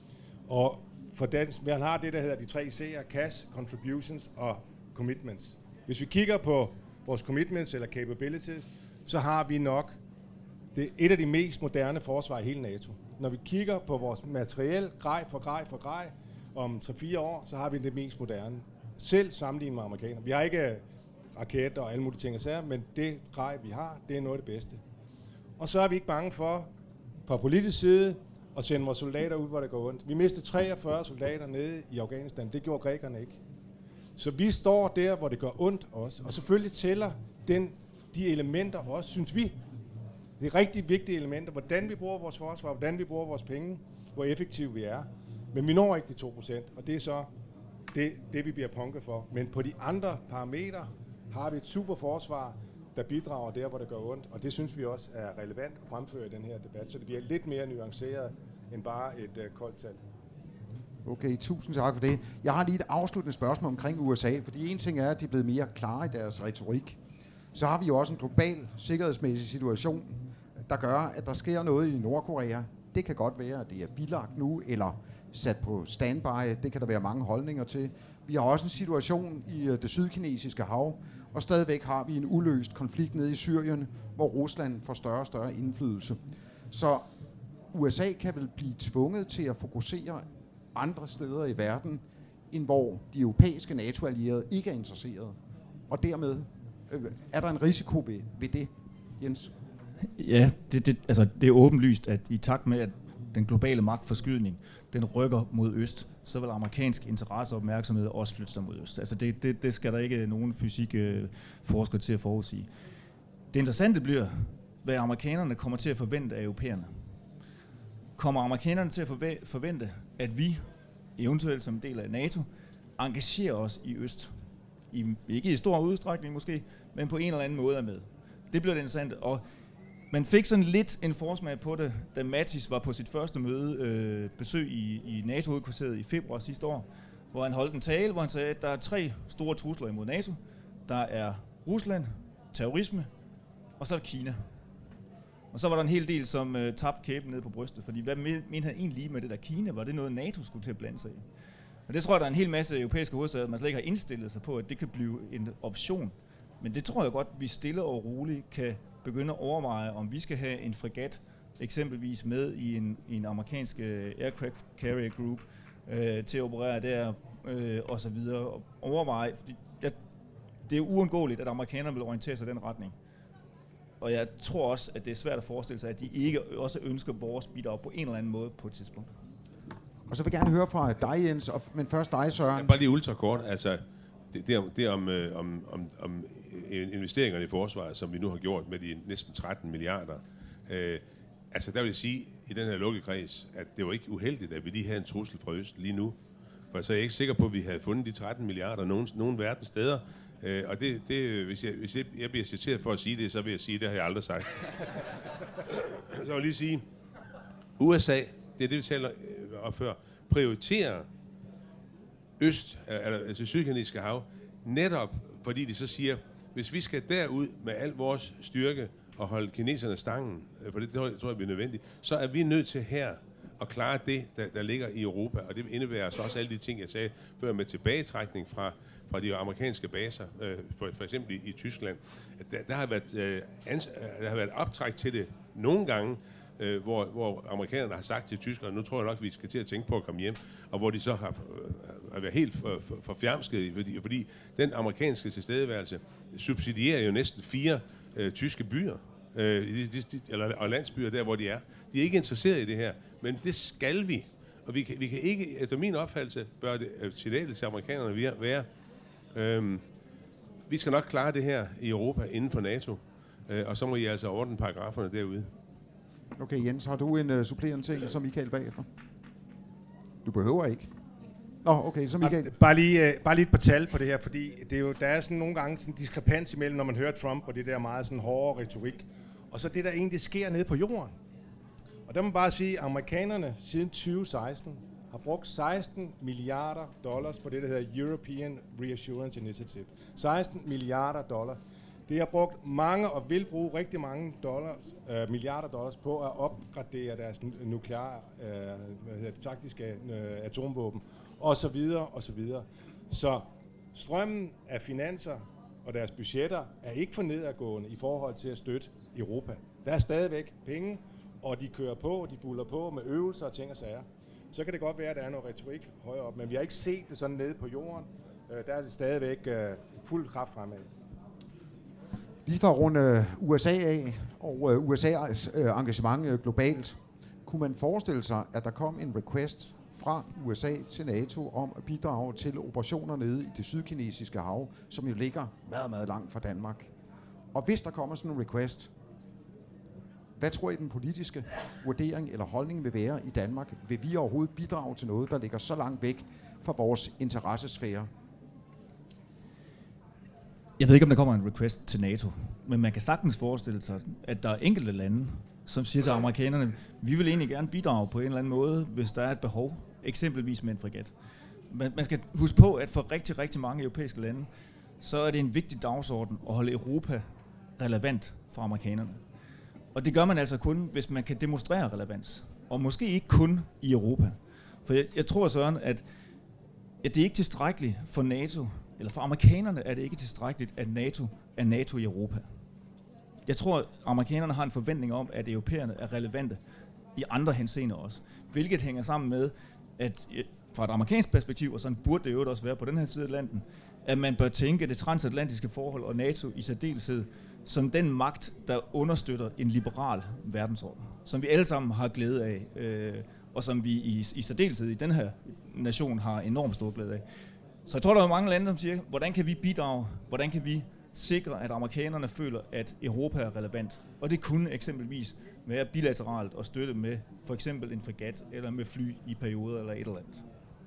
Og for den, man har det, der hedder de tre C'er, cash, contributions og commitments. Hvis vi kigger på vores commitments eller capabilities, så har vi nok det er et af de mest moderne forsvar i hele NATO. Når vi kigger på vores materiel, grej for grej for grej, om tre fire år, så har vi det mest moderne. Selv sammenlignet med amerikanere. Vi har ikke raketter og alle mulige ting og sager, men det grej, vi har, det er noget af det bedste. Og så er vi ikke bange for, fra politisk side, at sende vores soldater ud, hvor det går ondt. Vi mistede treogfyrre soldater nede i Afghanistan. Det gjorde grækerne ikke. Så vi står der, hvor det gør ondt også. Og selvfølgelig tæller den, de elementer også, synes vi. Det er rigtig vigtige elementer, hvordan vi bruger vores forsvar, hvordan vi bruger vores penge, hvor effektive vi er. Men vi når ikke de to procent, og det er så det, det, vi bliver punket for. Men på de andre parametre har vi et super forsvar, der bidrager der, hvor det gør ondt, og det synes vi også er relevant at fremføre i den her debat, så det bliver lidt mere nuanceret end bare et uh, koldt tal. Okay, tusind tak for det. Jeg har lige et afsluttende spørgsmål omkring U S A, fordi en ting er, at de er blevet mere klare i deres retorik. Så har vi jo også en global sikkerhedsmæssig situation, der gør, at der sker noget i Nordkorea. Det kan godt være, at det er bilagt nu, eller sat på standby. Det kan der være mange holdninger til. Vi har også en situation i det sydkinesiske hav, og stadigvæk har vi en uløst konflikt nede i Syrien, hvor Rusland får større og større indflydelse. Så U S A kan vel blive tvunget til at fokusere andre steder i verden, end hvor de europæiske NATO-allierede ikke er interesserede. Og dermed øh, er der en risiko ved, ved det, Jens? Ja, det, det, altså, det er åbenlyst, at i takt med, at den globale magtforskydning, den rykker mod øst, så vil amerikansk interesse og opmærksomhed også flytte sig mod øst. Altså det, det, det skal der ikke nogen fysikforsker til at forudsige. Det interessante bliver, hvad amerikanerne kommer til at forvente af europæerne. Kommer amerikanerne til at forvente, at vi, eventuelt som en del af NATO, engagerer os i øst? I, ikke i stor udstrækning måske, men på en eller anden måde er med. Det bliver det interessant, og man fik sådan lidt en forsmag på det, da Mattis var på sit første møde, øh, besøg i, i NATO-hovedkvarteret i februar sidste år, hvor han holdt en tale, hvor han sagde, at der er tre store trusler imod NATO. Der er Rusland, terrorisme, og så er der Kina. Og så var der en hel del, som øh, tabte kæben ned på brystet, fordi hvad mente han egentlig lige med det der Kina? Var det noget, NATO skulle til at blande sig i? Og det tror jeg, der er en hel masse europæiske hovedstæder, man slet ikke har indstillet sig på, at det kan blive en option. Men det tror jeg godt, vi stille og roligt kan begynde at overveje, om vi skal have en fregat eksempelvis med i en, i en amerikansk uh, aircraft carrier group uh, til at operere der uh, og så videre. Og overveje, fordi ja, det er uundgåeligt, at amerikanerne vil orientere sig i den retning. Og jeg tror også, at det er svært at forestille sig, at de ikke også ønsker vores bidrag på en eller anden måde på et tidspunkt. Og så vil jeg gerne høre fra dig, Jens, og, men først dig, Søren. Ja, bare lige ultrakort. Altså, det, det, om, det om, om, om, om investeringerne i forsvaret, som vi nu har gjort med de næsten tretten milliarder. Øh, altså, der vil jeg sige i den her lukkekreds, at det var ikke uheldigt, at vi lige havde en trussel fra øst lige nu. For så er jeg ikke sikker på, at vi havde fundet de tretten milliarder nogen, nogen verdens steder. Øh, og det, det, hvis, jeg, hvis jeg, jeg bliver citeret for at sige det, så vil jeg sige, det har jeg aldrig sagt. Så vil jeg lige sige, U S A, det er det, vi taler om før, prioriterer øst, eller altså sydkinesiske hav, netop fordi de så siger, hvis vi skal derud med al vores styrke og holde kineserne stangen, for det tror jeg bliver nødvendigt, så er vi nødt til her at klare det, der, der ligger i Europa. Og det indebærer så også alle de ting, jeg sagde før med tilbagetrækning fra, fra de amerikanske baser, øh, for, for eksempel i, i Tyskland. Der, der, har været, øh, ans, der har været optræk til det nogle gange, øh, hvor, hvor amerikanerne har sagt til tyskerne, nu tror jeg nok, vi skal til at tænke på at komme hjem, og hvor de så har, øh, har været helt for, for, forfjamskede, fordi, fordi den amerikanske tilstedeværelse subsidierer jo næsten fire øh, tyske byer, øh, de, de, de, eller, og landsbyer der, hvor de er. De er ikke interesseret i det her, men det skal vi. Og vi kan, vi kan ikke, efter min opfattelse, bør det signalet til amerikanerne være, øhm, vi skal nok klare det her i Europa inden for NATO, øh, og så må I altså ordne paragraferne derude. Okay, Jens, har du en uh, supplerende ting, som Michael bagefter? Du behøver ikke. Nå, okay, så Michael. Bare lige, uh, bare lige et par tal på det her, fordi det er jo, der er sådan nogle gange sådan en diskrepans imellem, når man hører Trump og det der meget sådan hårde retorik, og så det, der egentlig sker nede på jorden. Og der må man bare sige, at amerikanerne siden tyve seksten har brugt seksten milliarder dollars på det, der hedder European Reassurance Initiative. seksten milliarder dollars. Det har brugt mange og vil bruge rigtig mange dollars, øh, milliarder dollars på at opgradere deres nukleare, øh, hvad hedder det, taktiske øh, atomvåben, og så videre, og så videre. Så strømmen af finanser og deres budgetter er ikke for nedadgående i forhold til at støtte Europa. Der er stadigvæk penge, og de kører på, de buller på med øvelser og ting og sager. Så kan det godt være, at der er noget retorik højere op, men vi har ikke set det sådan nede på jorden. Øh, der er det stadigvæk øh, fuld kraft fremad. Lige for at runde U S A af, og U S A's engagement globalt, kunne man forestille sig, at der kom en request fra U S A til NATO om at bidrage til operationer nede i det sydkinesiske hav, som jo ligger meget, meget langt fra Danmark. Og hvis der kommer sådan en request, hvad tror I den politiske vurdering eller holdning vil være i Danmark? Vil vi overhovedet bidrage til noget, der ligger så langt væk fra vores interessesfære? Jeg ved ikke, om der kommer en request til NATO, men man kan sagtens forestille sig, at der er enkelte lande, som siger til amerikanerne, vi vil egentlig gerne bidrage på en eller anden måde, hvis der er et behov, eksempelvis med en fregat. Man, man skal huske på, at for rigtig, rigtig mange europæiske lande, så er det en vigtig dagsorden at holde Europa relevant for amerikanerne. Og det gør man altså kun, hvis man kan demonstrere relevans, og måske ikke kun i Europa. For jeg, jeg tror, Søren, at, at det er ikke tilstrækkeligt for NATO, eller for amerikanerne er det ikke tilstrækkeligt, at NATO er NATO i Europa. Jeg tror, at amerikanerne har en forventning om, at europæerne er relevante i andre henseender også. Hvilket hænger sammen med, at fra et amerikansk perspektiv, og sådan burde det jo også være på den her side af Atlanten, at man bør tænke det transatlantiske forhold og NATO i særdeleshed som den magt, der understøtter en liberal verdensorden, som vi alle sammen har glæde af, øh, og som vi i, i særdeleshed i den her nation har enormt stor glæde af. Så jeg tror, der er mange lande, som siger, hvordan kan vi bidrage, hvordan kan vi sikre, at amerikanerne føler, at Europa er relevant. Og det kunne eksempelvis være bilateralt og støtte med for eksempel en fregat eller med fly i perioder eller et eller andet.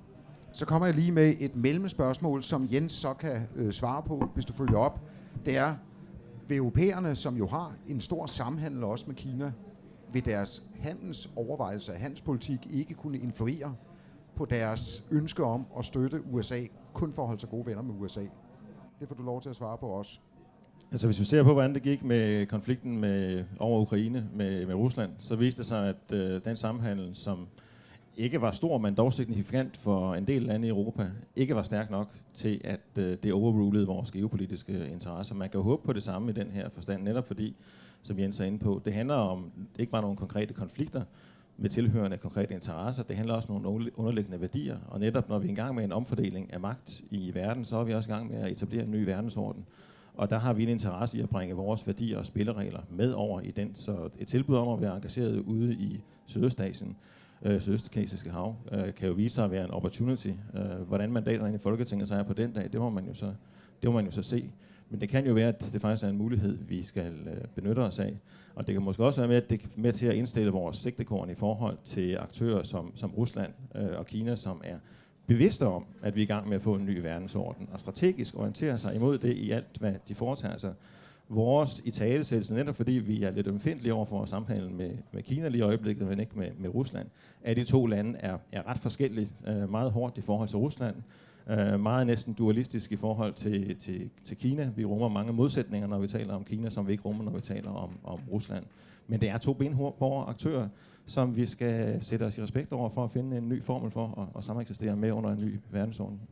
Så kommer jeg lige med et mellemspørgsmål, som Jens så kan øh, svare på, hvis du følger op. Det er, vil europæerne, som jo har en stor samhandel også med Kina, vil deres handelsovervejelser af handelspolitik ikke kunne influere på deres ønske om at støtte U S A, kun for at holde sig gode venner med U S A? Det får du lov til at svare på også. Altså hvis vi ser på, hvordan det gik med konflikten med, over Ukraine med, med Rusland, så viste det sig, at øh, den samhandel, som ikke var stor, men dog signifikant for en del lande i Europa, ikke var stærk nok til, at øh, det overrulede vores geopolitiske interesser. Man kan jo håbe på det samme i den her forstand, netop fordi, som Jens er inde på, det handler om ikke bare nogle konkrete konflikter med tilhørende konkrete interesser, det handler også om nogle underliggende værdier, og netop når vi er i gang med en omfordeling af magt i verden, så er vi også i gang med at etablere en ny verdensorden. Og der har vi en interesse i at bringe vores værdier og spilleregler med over i den. Så et tilbud om at være engageret ude i Sydøstasien, øh, Sydøstkinesiske hav, øh, kan jo vise sig at være en opportunity. Øh, hvordan mandaterne i Folketinget så er på den dag, det må man jo så, det må man jo så se. Men det kan jo være, at det faktisk er en mulighed, vi skal øh, benytte os af. Og det kan måske også være med, at det er med til at indstille vores sigtekorn i forhold til aktører som, som Rusland øh, og Kina, som er bevidste om, at vi er i gang med at få en ny verdensorden, og strategisk orienterer sig imod det i alt, hvad de foretager sig. Vores italesættelse, netop fordi vi er lidt omfindelige over for vores samhandel med, med Kina lige i øjeblikket, men ikke med, med Rusland, at de to lande er, er ret forskellige, øh, meget hårdt i forhold til Rusland, øh, meget næsten dualistisk i forhold til, til, til Kina. Vi rummer mange modsætninger, når vi taler om Kina, som vi ikke rummer, når vi taler om, om Rusland. Men det er to benhårde aktører, som vi skal sætte os i respekt over for at finde en ny formel for at, at sameksistere med under en ny verdensorden.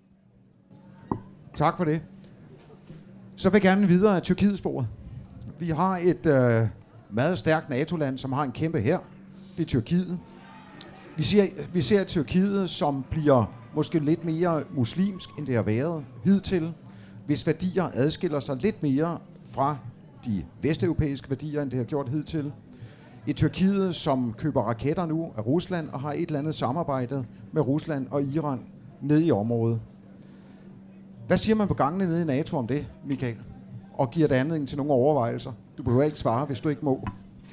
Tak for det. Så vil jeg gerne videre af Tyrkiet-sporet. Vi har et øh, meget stærkt NATO-land, som har en kæmpe hær. Det er Tyrkiet. Vi ser, vi ser Tyrkiet, som bliver måske lidt mere muslimsk, end det har været hidtil, hvis værdier adskiller sig lidt mere fra de vesteuropæiske værdier, end det har gjort hidtil. Et Tyrkiet, som køber raketter nu af Rusland og har et eller andet samarbejde med Rusland og Iran nede i området. Hvad siger man på gangene nede i NATO om det, Michael? Og giver det anledning til nogle overvejelser? Du behøver ikke svare, hvis du ikke må.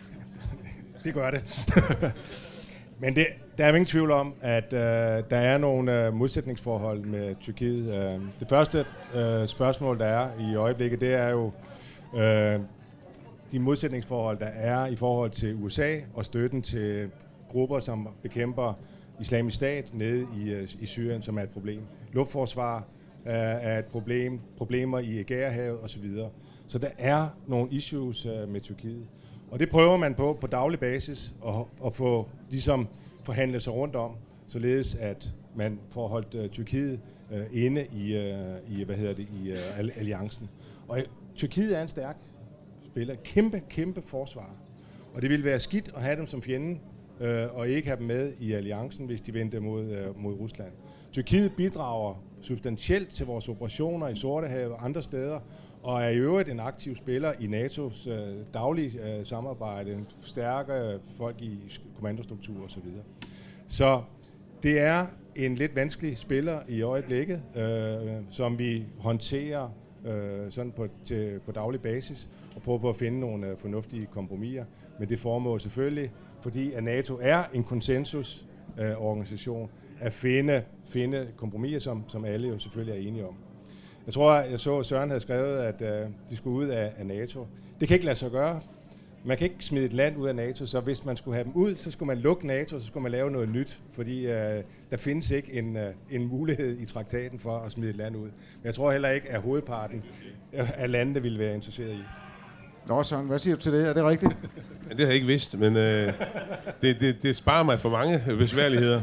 Det gør det. Men det, der er jo ingen tvivl om, at øh, der er nogle øh, modsætningsforhold med Tyrkiet. Øh, det første øh, spørgsmål, der er i øjeblikket, det er jo øh, de modsætningsforhold, der er i forhold til U S A og støtten til grupper, som bekæmper Islamisk Stat nede i, øh, i Syrien, som er et problem. Luftforsvar øh, er et problem, problemer i Ægæerhavet osv. Så der er nogle issues øh, med Tyrkiet. Og det prøver man på på daglig basis at, at få ligesom forhandlet sig rundt om, således at man får holdt uh, Tyrkiet uh, inde i, uh, i hvad hedder det i uh, alliancen. Og uh, Tyrkiet er en stærk spiller, kæmpe kæmpe forsvar. Og det ville være skidt at have dem som fjende uh, og ikke have dem med i alliancen, hvis de vendte mod uh, mod Rusland. Tyrkiet bidrager substantielt til vores operationer i Sortehavet og andre steder, og er i øvrigt en aktiv spiller i NATO's øh, daglige øh, samarbejde, en stærke folk i kommandostruktur osv. Så det er en lidt vanskelig spiller i øjeblikket, øh, som vi håndterer øh, sådan på, til, på daglig basis, og prøver på at finde nogle øh, fornuftige kompromiser. Men det formål selvfølgelig, fordi at NATO er en konsensusorganisation, øh, at finde, finde kompromiser, som, som alle jo selvfølgelig er enige om. Jeg tror, jeg så, Søren havde skrevet, at øh, de skulle ud af, af NATO. Det kan ikke lade sig gøre. Man kan ikke smide et land ud af NATO, så hvis man skulle have dem ud, så skulle man lukke NATO, så skulle man lave noget nyt, fordi øh, der findes ikke en, øh, en mulighed i traktaten for at smide et land ud. Men jeg tror heller ikke, at hovedparten af landene ville være interesseret i. Nå Søren, hvad siger du til det? Er det rigtigt? Det har jeg ikke vidst, men øh, det, det, det sparer mig for mange besværligheder.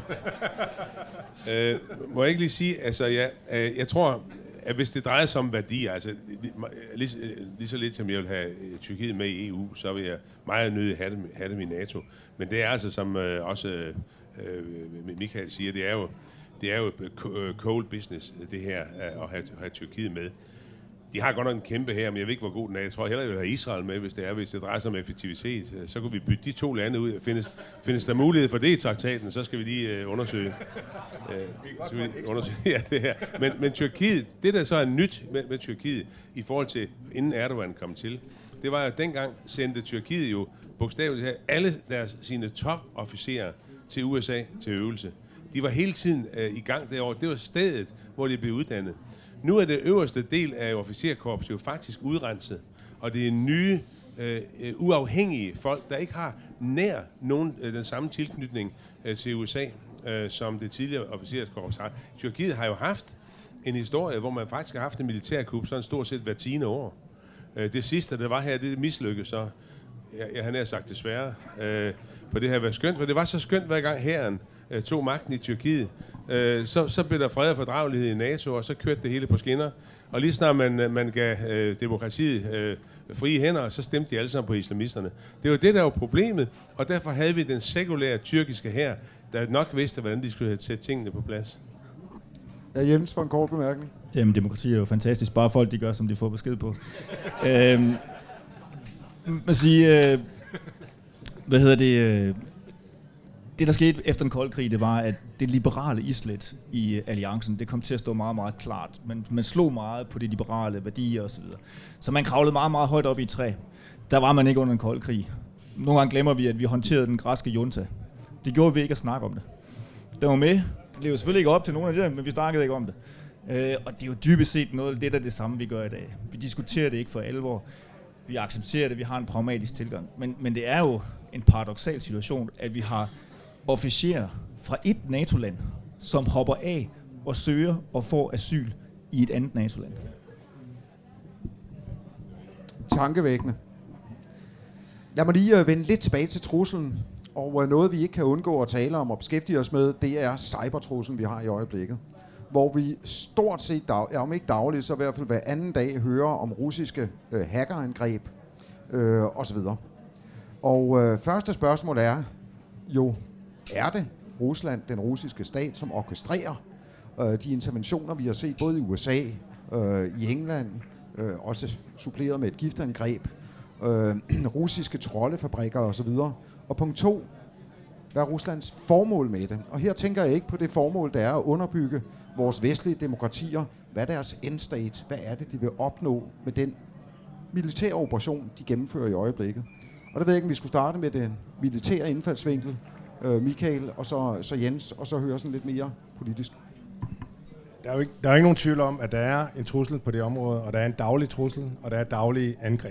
øh, må jeg ikke lige sige, altså ja, øh, jeg tror, at hvis det drejer sig om værdier, altså lige, lige så lidt som jeg vil have Tyrkiet med i E U, så vil jeg meget nødig have dem, have dem i NATO. Men det er altså, som øh, også øh, Michael siger, det er jo, det er jo cold business, det her, at have, have Tyrkiet med. De har godt nok en kæmpe her, men jeg ved ikke, hvor god den er. Jeg tror heller, jeg vil have Israel med, hvis det er, hvis det drejer sig om effektivitet. Så kunne vi bytte de to lande ud. Findes, findes der mulighed for det i traktaten, så skal vi lige uh, undersøge. Uh, skal vi undersøge ja, det her. Men, men Tyrkiet, det der så er nyt med, med Tyrkiet, i forhold til inden Erdogan kom til, det var at dengang sendte Tyrkiet jo bogstaveligt her alle deres, sine topofficerer til U S A til øvelse. De var hele tiden uh, i gang derovre. Det var stedet, hvor de blev uddannet. Nu er det øverste del af officerkorpset jo faktisk udrenset, og det er nye, øh, uafhængige folk, der ikke har nær nogen øh, den samme tilknytning øh, til U S A, øh, som det tidligere officerskorps har. Tyrkiet har jo haft en historie, hvor man faktisk har haft en militærkup sådan stort set hver tiende år. Øh, det sidste, der var her, det mislykkedes så. Jeg, jeg har nær sagt desværre, øh, for det har været skønt, for det var så skønt hver gang hæren øh, tog magten i Tyrkiet. Øh, så, så blev der fred og fordragelighed i NATO, og så kørte det hele på skinner. Og lige snart man, man gav øh, demokratiet øh, frie hænder, så stemte de alle sammen på islamisterne. Det var det, der var problemet, og derfor havde vi den sekulære tyrkiske hær, der nok vidste, hvordan de skulle sætte tingene på plads. Ja, Jens, for en kort bemærkning. Jamen, demokrati er jo fantastisk. Bare folk, de gør, som de får besked på. øhm, man siger, øh, hvad hedder det... Øh, Det, der skete efter den kolde krig, det var, at det liberale islet i alliancen, det kom til at stå meget, meget klart. Man, man slog meget på de liberale værdier osv. Så man kravlede meget, meget højt op i et træ. Der var man ikke under den kolde krig. Nogle gange glemmer vi, at vi håndterede den græske junta. Det gjorde vi ikke at snakke om det. Den var med. Det levede selvfølgelig ikke op til nogen af det, men vi snakkede ikke om det. Øh, og det er jo dybest set noget af det, der er det samme, vi gør i dag. Vi diskuterer det ikke for alvor. Vi accepterer det, vi har en pragmatisk tilgang. Men, men det er jo en paradoksal situation, at vi har officerer fra et NATO-land, som hopper af og søger og får asyl i et andet NATO-land. Tankevækkende. Lad mig lige uh, vende lidt tilbage til truslen, og uh, noget vi ikke kan undgå at tale om og beskæftige os med, det er cybertruslen, vi har i øjeblikket. Hvor vi stort set, dag, ja, om ikke dagligt, så i hvert fald hver anden dag hører om russiske uh, hackerangreb uh, osv. Og uh, første spørgsmål er jo, er det Rusland, den russiske stat, som orkestrerer øh, de interventioner, vi har set både i U S A, øh, i England, øh, også suppleret med et giftangreb, øh, russiske troldefabrikker osv. Og punkt to, Hvad er Ruslands formål med det? Og her tænker jeg ikke på det formål, der er at underbygge vores vestlige demokratier. Hvad er deres endstate? Hvad er det, de vil opnå med den militære operation, de gennemfører i øjeblikket? Og der ved jeg ikke, om vi skulle starte med den militære indfaldsvinkel, øh, Michael, og så, så Jens, og så høre sådan lidt mere politisk. Der er, jo ikke, der er jo ikke nogen tvivl om, at der er en trussel på det område, og der er en daglig trussel, og der er daglige angreb.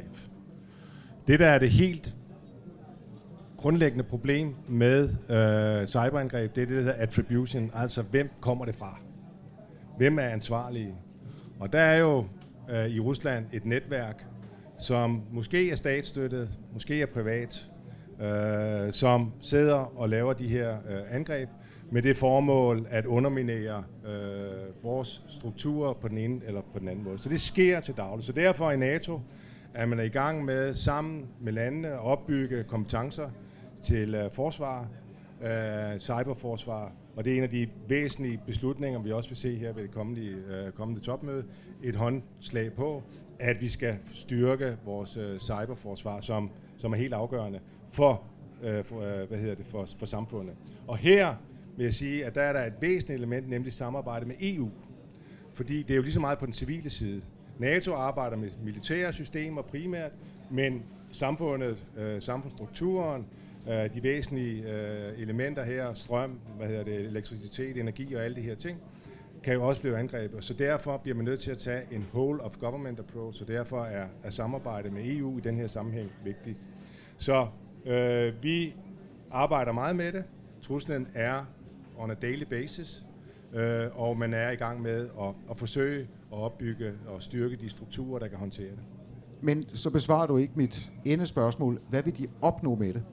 Det, der er det helt grundlæggende problem med øh, cyberangreb, det er det, der hedder attribution, altså hvem kommer det fra? Hvem er ansvarlige? Og der er jo øh, i Rusland et netværk, som måske er statsstøttet, måske er privat, øh, som sidder og laver de her øh, angreb med det formål at underminere øh, vores strukturer på den ene eller på den anden måde. Så det sker til dagligt. Så derfor i NATO er man i gang med sammen med landene at opbygge kompetencer til øh, forsvar, øh, cyberforsvar, og det er en af de væsentlige beslutninger, vi også vil se her ved det kommende, øh, kommende topmøde, et håndslag på, at vi skal styrke vores øh, cyberforsvar, som, som er helt afgørende for, øh, for, øh, hvad hedder det, for, for samfundet. Og her vil jeg sige, at der er der et væsentligt element, nemlig samarbejde med E U. Fordi det er jo lige så meget på den civile side. NATO arbejder med militære systemer primært, men samfundet, øh, samfundsstrukturen, øh, de væsentlige øh, elementer her, strøm, hvad hedder det, elektricitet, energi og alle de her ting, kan jo også blive angrebet. Så derfor bliver man nødt til at tage en whole of government approach, så derfor er, er samarbejde med E U i den her sammenhæng vigtigt. Så øh, vi arbejder meget med det. Truslen er on a daily basis, øh, og man er i gang med at, at forsøge at opbygge og styrke de strukturer, der kan håndtere det. Men så besvarer du ikke mit endespørgsmål. Hvad vil de opnå med det?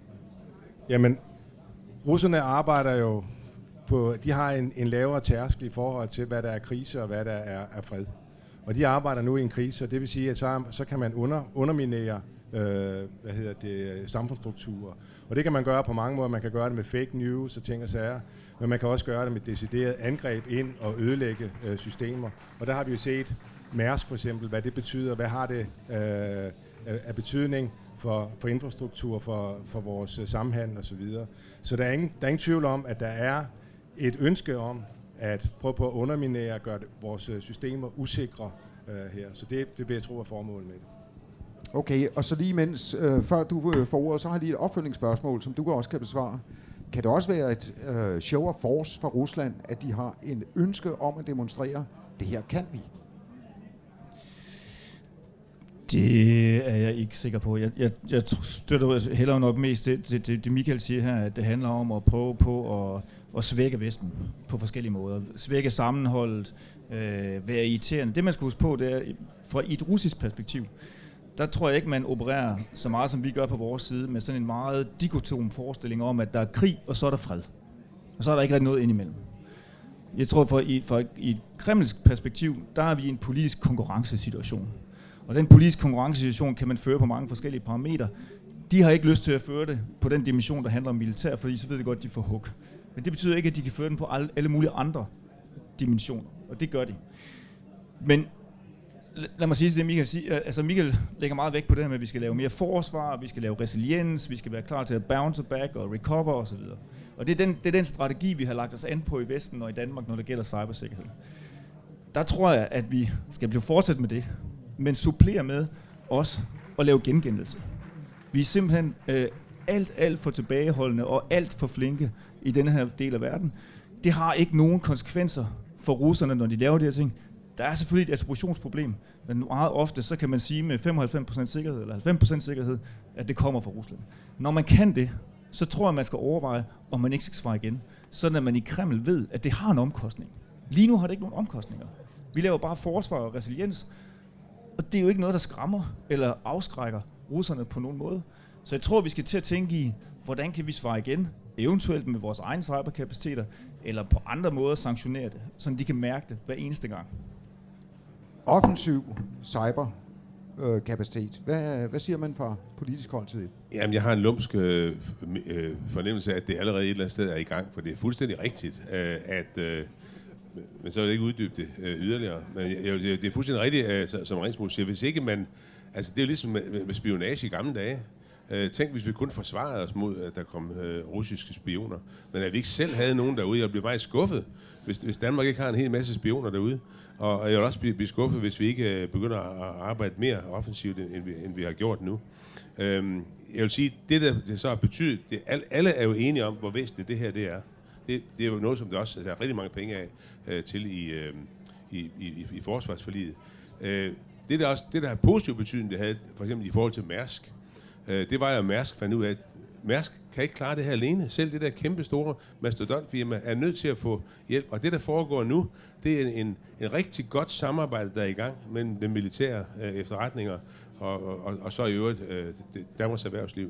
Jamen, russerne arbejder jo på, de har en, en lavere tærskel i forhold til, hvad der er krise og hvad der er, er fred. Og de arbejder nu i en krise, og det vil sige, at så, så kan man under, underminere øh, hvad hedder det, samfundsstrukturer. Og det kan man gøre på mange måder. Man kan gøre det med fake news og ting og sager, men man kan også gøre det med decideret angreb ind og ødelægge øh, systemer. Og der har vi jo set Mærsk for eksempel, hvad det betyder, hvad har det øh, af betydning for, for infrastruktur, for, for vores øh, samhandel osv. Så, så der er, ingen, der er ingen tvivl om, at der er et ønske om at prøve på at underminere og gøre det, vores systemer usikre øh, her. Så det, det vil jeg tro er formålet med det. Okay, og så lige mens, øh, før du øh, får ordet, så har jeg lige et opfølgningsspørgsmål, som du også kan besvare. Kan det også være et øh, show of force for Rusland, at de har en ønske om at demonstrere, det her kan vi? Det er jeg ikke sikker på. Jeg, jeg, jeg støtter heller nok mest det, det, det, det Michael siger her, at det handler om at prøve på at, at svække Vesten på forskellige måder. Svække sammenholdet, øh, være irriterende. Det man skal huske på, det er, fra et russisk perspektiv, der tror jeg ikke, man opererer så meget, som vi gør på vores side, med sådan en meget dikotom forestilling om, at der er krig, og så er der fred. Og så er der ikke rigtig noget indimellem. Jeg tror, for i, for i et kremlsk perspektiv, der er vi i en politisk konkurrencesituation. Og den politiske konkurrencesituation kan man føre på mange forskellige parametre. De har ikke lyst til at føre det på den dimension, der handler om militær, fordi så ved de godt, at de får hug. Men det betyder ikke, at de kan føre den på alle, alle mulige andre dimensioner, og det gør de. Men lad mig sige det, Michael siger. Altså Michael lægger meget vægt på det her med, at vi skal lave mere forsvar, vi skal lave resiliens, vi skal være klar til at bounce back og recover osv. Og det er, den, det er den strategi, vi har lagt os an på i Vesten og i Danmark, når det gælder cybersikkerhed. Der tror jeg, at vi skal blive fortsat med det, men supplere med også at lave gengældelse. Vi er simpelthen øh, alt, alt for tilbageholdende og alt for flinke i denne her del af verden. Det har ikke nogen konsekvenser for russerne, når de laver de her ting. Der er selvfølgelig et attributionsproblem, men meget ofte så kan man sige med femoghalvfems procent sikkerhed eller halvfems procent sikkerhed, at det kommer fra Rusland. Når man kan det, så tror jeg, man skal overveje, om man ikke skal svare igen, sådan at man i Kreml ved, at det har en omkostning. Lige nu har det ikke nogen omkostninger. Vi laver bare forsvar og resiliens, og det er jo ikke noget, der skræmmer eller afskrækker russerne på nogen måde. Så jeg tror, vi skal til at tænke i, hvordan kan vi svare igen, eventuelt med vores egne cyberkapaciteter, eller på andre måder sanktionere det, så de kan mærke det hver eneste gang. Offensiv cyberkapacitet. Hvad, hvad siger man fra politisk hold til det? Jamen, jeg har en lumsk øh, fornemmelse af, at det allerede et eller andet sted er i gang, for det er fuldstændig rigtigt, øh, at... Øh, men så vil jeg ikke uddybe det øh, yderligere. Men jeg, jeg, det er fuldstændig rigtigt, øh, som Ringsmose siger. Hvis ikke man... Altså, det er jo ligesom med, med spionage i gamle dage. Øh, tænk, hvis vi kun forsvarede os mod, at der kom øh, russiske spioner. Men at vi ikke selv havde nogen derude, jeg bliver meget skuffet, hvis, hvis Danmark ikke har en hel masse spioner derude. Og, og jeg vil også blive, blive skuffet, hvis vi ikke øh, begynder at arbejde mere offensivt, end vi, end vi har gjort nu. Øhm, jeg vil sige, det der det så har betydet, det, alle er jo enige om, hvor væsentligt det her det er. Det, det er jo noget, som der også der er rigtig mange penge af øh, til i, øh, i, i, i forsvarsforliget. Øh, det, der også, det, der har positiv betydning, det havde for eksempel i forhold til Mærsk, øh, det var jo, at Mærsk fandt ud af, at Mærsk kan ikke klare det her alene. Selv det der kæmpe store mastodontfirma er nødt til at få hjælp. Og det, der foregår nu, det er en, en rigtig godt samarbejde, der er i gang mellem den militære øh, efterretninger og, og, og så i øvrigt øh, Danmarks erhvervsliv.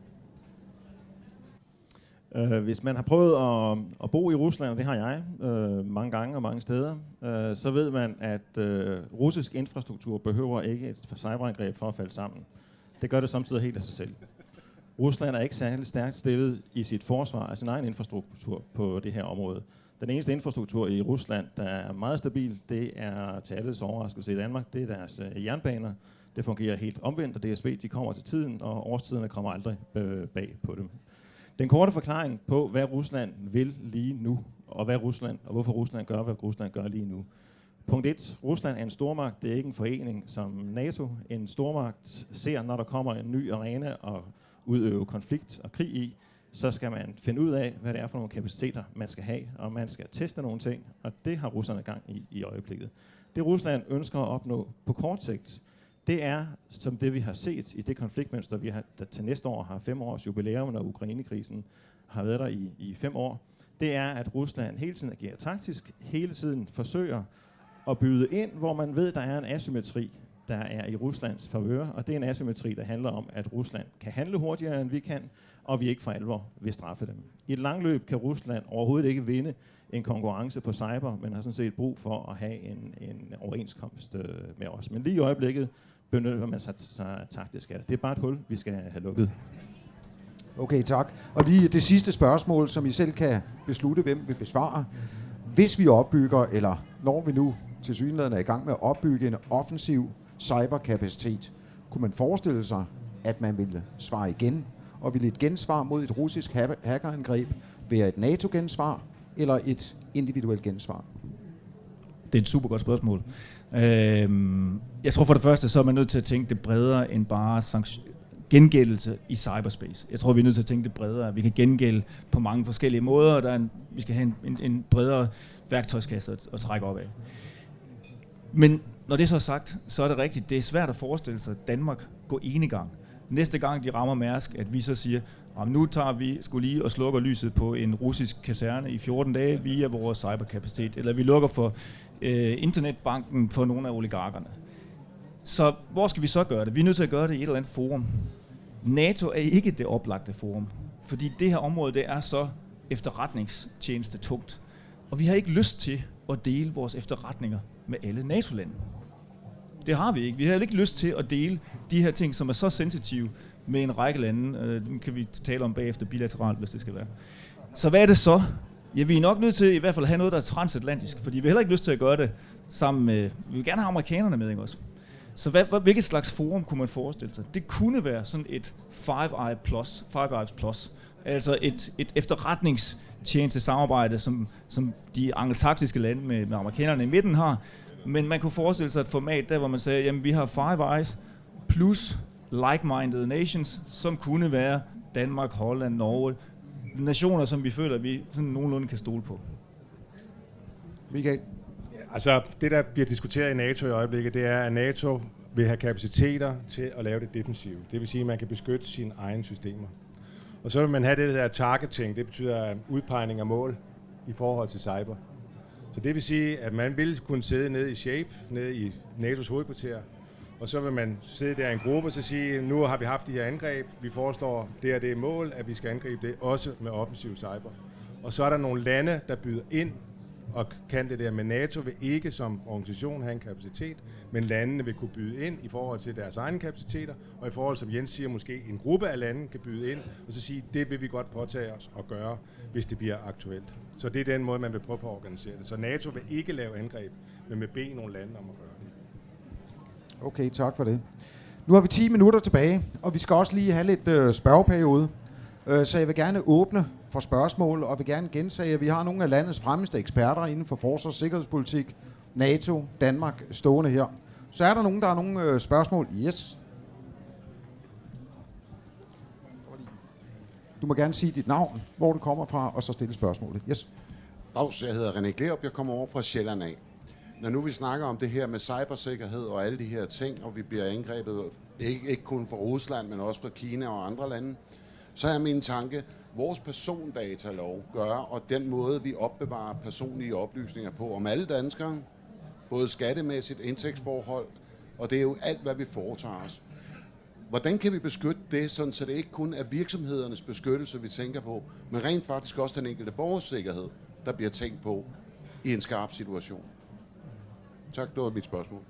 Uh, hvis man har prøvet at, at bo i Rusland, og det har jeg uh, mange gange og mange steder, uh, så ved man, at uh, russisk infrastruktur behøver ikke et cyberangreb for at falde sammen. Det gør det samtidig helt af sig selv. Rusland er ikke særlig stærkt stillet i sit forsvar af sin egen infrastruktur på det her område. Den eneste infrastruktur i Rusland, der er meget stabil, det er til alles overraskelse i Danmark, det er deres uh, jernbaner. Det fungerer helt omvendt, og D S B de kommer til tiden, og årstiderne kommer aldrig øh, bag på dem. Den korte forklaring på, hvad Rusland vil lige nu, og hvad Rusland og hvorfor Rusland gør, hvad Rusland gør lige nu. Punkt et. Rusland er en stormagt, det er ikke en forening som NATO. En stormagt ser, når der kommer en ny arena og udøve konflikt og krig i, så skal man finde ud af, hvad det er for nogle kapaciteter, man skal have, og man skal teste nogle ting, og det har Rusland i gang i i øjeblikket. Det Rusland ønsker at opnå på kort sigt, det er, som det vi har set i det konfliktmønster, vi har, der til næste år har fem års jubilæum, når Ukrainekrisen har været der i, i fem år, det er, at Rusland hele tiden agerer taktisk, hele tiden forsøger at byde ind, hvor man ved, der er en asymmetri, der er i Ruslands favør, og det er en asymmetri, der handler om, at Rusland kan handle hurtigere, end vi kan, og vi ikke for alvor vil straffe dem. I et langløb kan Rusland overhovedet ikke vinde en konkurrence på cyber, men har sådan set brug for at have en, en overenskomst øh, med os. Men lige i øjeblikket benytter man sig, sig taktisk af det. Det er bare et hul, vi skal have lukket. Okay, tak. Og lige det sidste spørgsmål, som I selv kan beslutte, hvem vil besvare. Hvis vi opbygger, eller når vi nu til synligheden er i gang med at opbygge en offensiv cyberkapacitet, kunne man forestille sig, at man ville svare igen, og ville et gensvar mod et russisk hackerangreb være et NATO-gensvar, eller et individuelt gensvar? Det er et super godt spørgsmål. Øhm, jeg tror for det første, så er man nødt til at tænke det bredere end bare sank- gengældelse i cyberspace. Jeg tror, vi er nødt til at tænke det bredere. Vi kan gengælde på mange forskellige måder. Der er en, vi skal have en, en, en bredere værktøjskasse at, at trække op af. Men når det så er sagt, så er det rigtigt. Det er svært at forestille sig, at Danmark går enegang. Næste gang de rammer Mærsk, at vi så siger, at nu tager vi skulle lige og slukker lyset på en russisk kaserne i fjorten dage via vores cyberkapacitet, eller vi lukker for øh, internetbanken for nogle af oligarkerne. Så hvor skal vi så gøre det? Vi er nødt til at gøre det i et eller andet forum. NATO er ikke det oplagte forum, fordi det her område det er så efterretningstjeneste tungt. Og vi har ikke lyst til at dele vores efterretninger med alle NATO-lande. Det har vi ikke. Vi har ikke lyst til at dele de her ting, som er så sensitive med en række lande. Dem kan vi tale om bagefter bilateralt, hvis det skal være. Så hvad er det så? Ja, vi er nok nødt til i hvert fald at have noget, der er transatlantisk, fordi vi har heller ikke lyst til at gøre det sammen med... Vi vil gerne have amerikanerne med, ikke også? Så hvad, hvilket slags forum kunne man forestille sig? Det kunne være sådan et Five Eyes Plus, Five Eyes Plus, altså et, et efterretningstjeneste samarbejde, som, som de angelsaksiske lande med, med amerikanerne i midten har. Men man kunne forestille sig et format der, hvor man sagde, jamen vi har Five Eyes plus like-minded nations, som kunne være Danmark, Holland, Norge, nationer, som vi føler, at vi sådan nogenlunde kan stole på. Michael? Ja, altså, det der bliver diskuteret i NATO i øjeblikket, det er, at NATO vil have kapaciteter til at lave det defensive. Det vil sige, at man kan beskytte sine egne systemer. Og så vil man have det der targeting, det betyder udpegning af mål i forhold til cyber. Så det vil sige, at man vil kunne sidde nede i SHAPE, nede i NATO's hovedkvarter, og så vil man sidde der i en gruppe og så sige, nu har vi haft de her angreb, vi foreslår, det er det mål, at vi skal angribe det, også med offensiv cyber. Og så er der nogle lande, der byder ind og kan det der, men NATO vil ikke som organisation have en kapacitet, men landene vil kunne byde ind i forhold til deres egne kapaciteter, og i forhold, som Jens siger, måske en gruppe af lande kan byde ind, og så sige, det vil vi godt påtage os og gøre, hvis det bliver aktuelt. Så det er den måde, man vil prøve på at organisere det. Så NATO vil ikke lave angreb, men vil bede nogle lande om at gøre det. Okay, tak for det. Nu har vi ti minutter tilbage, og vi skal også lige have lidt øh, spørgeperiode. Øh, så jeg vil gerne åbne for spørgsmål, og vil gerne gentage, at vi har nogle af landets fremmeste eksperter inden for forsvars- og sikkerhedspolitik, NATO, Danmark, stående her. Så er der nogen, der har nogle øh, spørgsmål? Yes. Du må gerne sige dit navn, hvor du kommer fra, og så stille spørgsmålet. Yes. Dags, jeg hedder René Glerup, jeg kommer over fra Sjælland af. Når nu vi snakker om det her med cybersikkerhed og alle de her ting, og vi bliver angrebet ikke, ikke kun fra Rusland, men også fra Kina og andre lande, så er min tanke, vores persondatalov gør, og den måde, vi opbevarer personlige oplysninger på om alle danskere, både skattemæssigt, indtægtsforhold, og det er jo alt, hvad vi foretager os. Hvordan kan vi beskytte det, sådan så det ikke kun er virksomhedernes beskyttelse, vi tænker på, men rent faktisk også den enkelte borgers sikkerhed, der bliver tænkt på i en skarp situation? Tak, det var mit spørgsmål.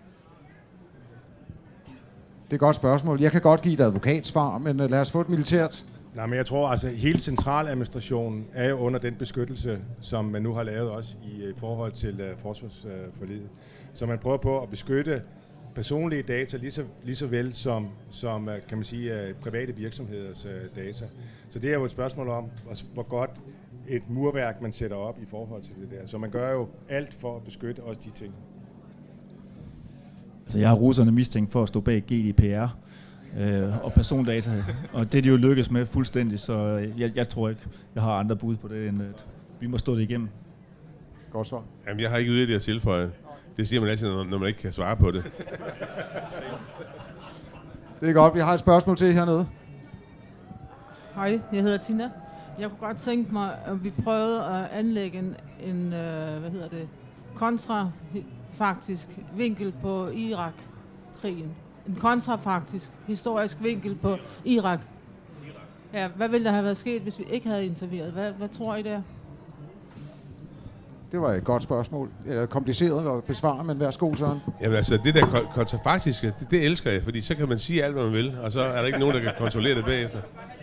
Det er et godt spørgsmål. Jeg kan godt give et advokatsvar, men lad os få et militært. Nej, men jeg tror, altså hele centraladministrationen er jo under den beskyttelse, som man nu har lavet også i uh, forhold til uh, forsvarsforliget. Uh, så man prøver på at beskytte personlige data lige så, lige så vel som, som uh, kan man sige, uh, private virksomheders uh, data. Så det er jo et spørgsmål om, hvor godt et murværk man sætter op i forhold til det der. Så man gør jo alt for at beskytte også de ting. Altså, jeg har russerne mistænkt for at stå bag G D P R øh, og persondata, og det er de jo lykkes med fuldstændig, så jeg, jeg tror ikke, jeg har andre bud på det, end at vi må stå det igennem. Godt svar. Jamen, jeg har ikke yderligere tilføje. Det siger man altid, når man ikke kan svare på det. Det er godt. Vi har et spørgsmål til hernede. Hej, jeg hedder Tina. Jeg kunne godt tænke mig, at vi prøvede at anlægge en, en øh, hvad hedder det, kontrafaktisk vinkel på Irak-krigen. En kontrafaktisk, historisk vinkel på Irak. Ja, hvad ville der have været sket, hvis vi ikke havde interveret? Hvad, hvad tror I der? Det var et godt spørgsmål. Øh, kompliceret at besvare, men værsgo, Søren. Jamen altså, det der kontrafaktiske, det, det elsker jeg, fordi så kan man sige alt, hvad man vil, og så er der ikke nogen, der kan kontrollere det bagefter.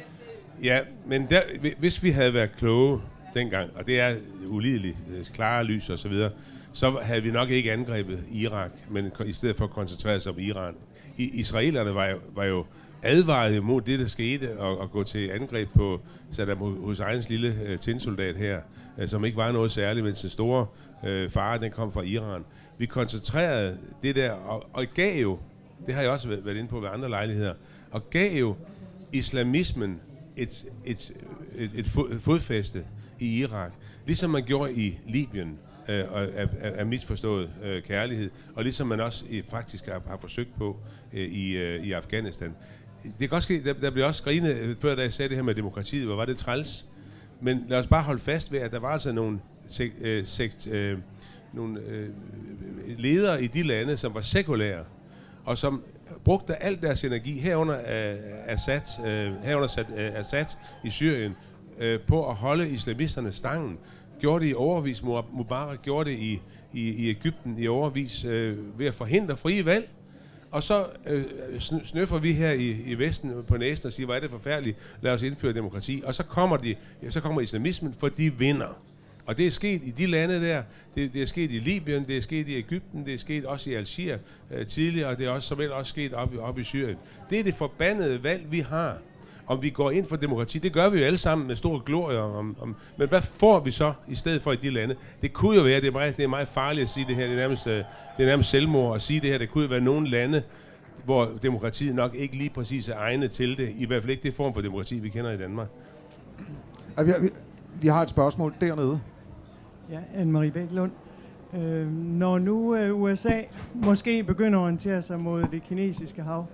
Ja, men der, hvis vi havde været kloge dengang, og det er ulideligt, klare lys og så videre, så havde vi nok ikke angrebet Irak, men i stedet for at koncentrere sig om Iran. I, israelerne var jo, var jo advaret imod det, der skete, og, og gå til angreb på Saddam Husseins lille uh, tinsoldat her, uh, som ikke var noget særligt, mens den store uh, fare, den kom fra Iran. Vi koncentrerede det der, og, og gav jo, det har jeg også været inde på ved andre lejligheder, og gav jo islamismen et, et, et, et fodfæste i Irak, ligesom man gjorde i Libyen, øh, af, af misforstået øh, kærlighed, og ligesom man også øh, faktisk har, har forsøgt på øh, i, øh, i Afghanistan. Det kan også ske, der, der blev også grinet, før da jeg sagde det her med demokratiet, hvor var det træls. Men lad os bare holde fast ved, at der var altså nogle, sekt, øh, sekt, øh, nogle øh, ledere i de lande, som var sekulære, og som brugte al deres energi herunder uh, Assad, uh, herunder uh, Assad i Syrien uh, på at holde islamisterne stangen. Gjorde det i overvis, Mubarak gjorde det i, i, i Egypten i overvis uh, ved at forhindre frie valg. Og så uh, snøffer vi her i, i Vesten på næsten og siger, hvor er det forfærdeligt, lad os indføre demokrati. Og så kommer, de, ja, så kommer islamismen, for de vinder. Og det er sket i de lande der, det, det er sket i Libyen, det er sket i Egypten, det er sket også i Algier øh, tidligere, og det er også, såvel også sket op, op i Syrien. Det er det forbandede valg, vi har, om vi går ind for demokrati. Det gør vi jo alle sammen med stor glorie. Om, om, men hvad får vi så i stedet for i de lande? Det kunne jo være, det er meget, det er meget farligt at sige det her, det er, nærmest, det er nærmest selvmord at sige det her. Det kunne jo være nogle lande, hvor demokratiet nok ikke lige præcis er egnet til det. I hvert fald ikke det form for demokrati, vi kender i Danmark. Ja, vi, vi, vi har et spørgsmål dernede. Ja, Anne-Marie Bæklund. Øh, når nu øh, U S A måske begynder at orientere sig mod det kinesiske hav,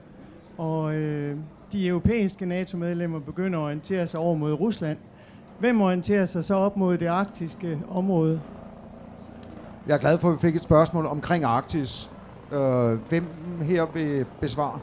og øh, de europæiske NATO-medlemmer begynder at orientere sig over mod Rusland, hvem orienterer sig så op mod det arktiske område? Jeg er glad for, at vi fik et spørgsmål omkring Arktis. Øh, hvem her vil besvare?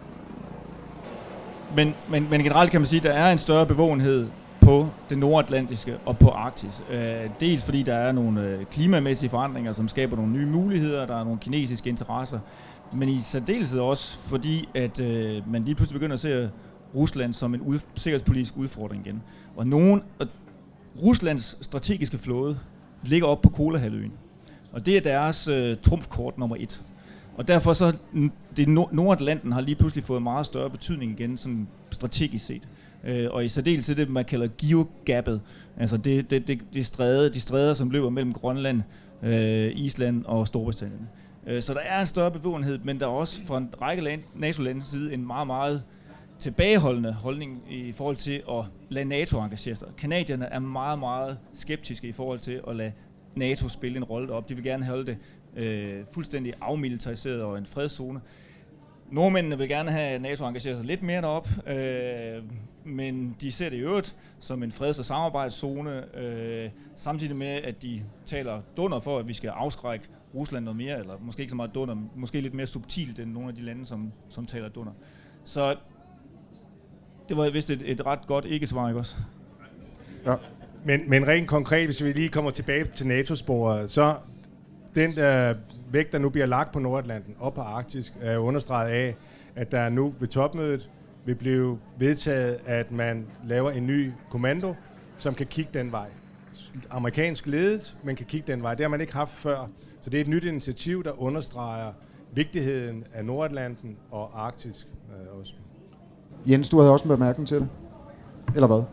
Men, men, men generelt kan man sige, at der er en større bevågenhed på det nordatlantiske og på Arktis. Øh, dels fordi der er nogle øh, klimamæssige forandringer, som skaber nogle nye muligheder, der er nogle kinesiske interesser, men i særdeleshed også fordi, at øh, man lige pludselig begynder at se Rusland som en ud, sikkerhedspolitisk udfordring igen. Og nogen, og Ruslands strategiske flåde ligger op på Kolahalvøen, og det er deres øh, trumfkort nummer et. Og derfor så, det Nordatlanten har lige pludselig fået meget større betydning igen, sådan strategisk set. Øh, og i særdeleshed det, man kalder geogappet, altså det, det, det, det stræde, de stræder, som løber mellem Grønland, øh, Island og Storbritannien. Øh, så der er en større bevågenhed, men der er også fra en række NATO-landes side en meget, meget tilbageholdende holdning i forhold til at lade NATO engagere sig. Canadierne er meget, meget skeptiske i forhold til at lade NATO spille en rolle derop. De vil gerne holde det øh, fuldstændig afmilitariseret og en fredszone. Nordmændene vil gerne have NATO engageret sig lidt mere derop, øh, men de ser det i øvrigt som en freds- og samarbejdszone, øh, samtidig med, at de taler dunder for, at vi skal afskrække Rusland noget mere, eller måske ikke så meget dunder, måske lidt mere subtilt end nogle af de lande, som, som taler dunder. Så det var vist et, et ret godt ikke-svar, ikke også? Ja. Men, men rent konkret, hvis vi lige kommer tilbage til NATO-sporet, så den der vægt, der nu bliver lagt på Nordatlanten og på Arktis, er understreget af, at der nu ved topmødet vil blive vedtaget, at man laver en ny kommando, som kan kigge den vej. Amerikansk ledet, men kan kigge den vej. Det har man ikke haft før. Så det er et nyt initiativ, der understreger vigtigheden af Nordatlanten og Arktis øh, også. Jens, du havde også en bemærkning til det? Eller hvad?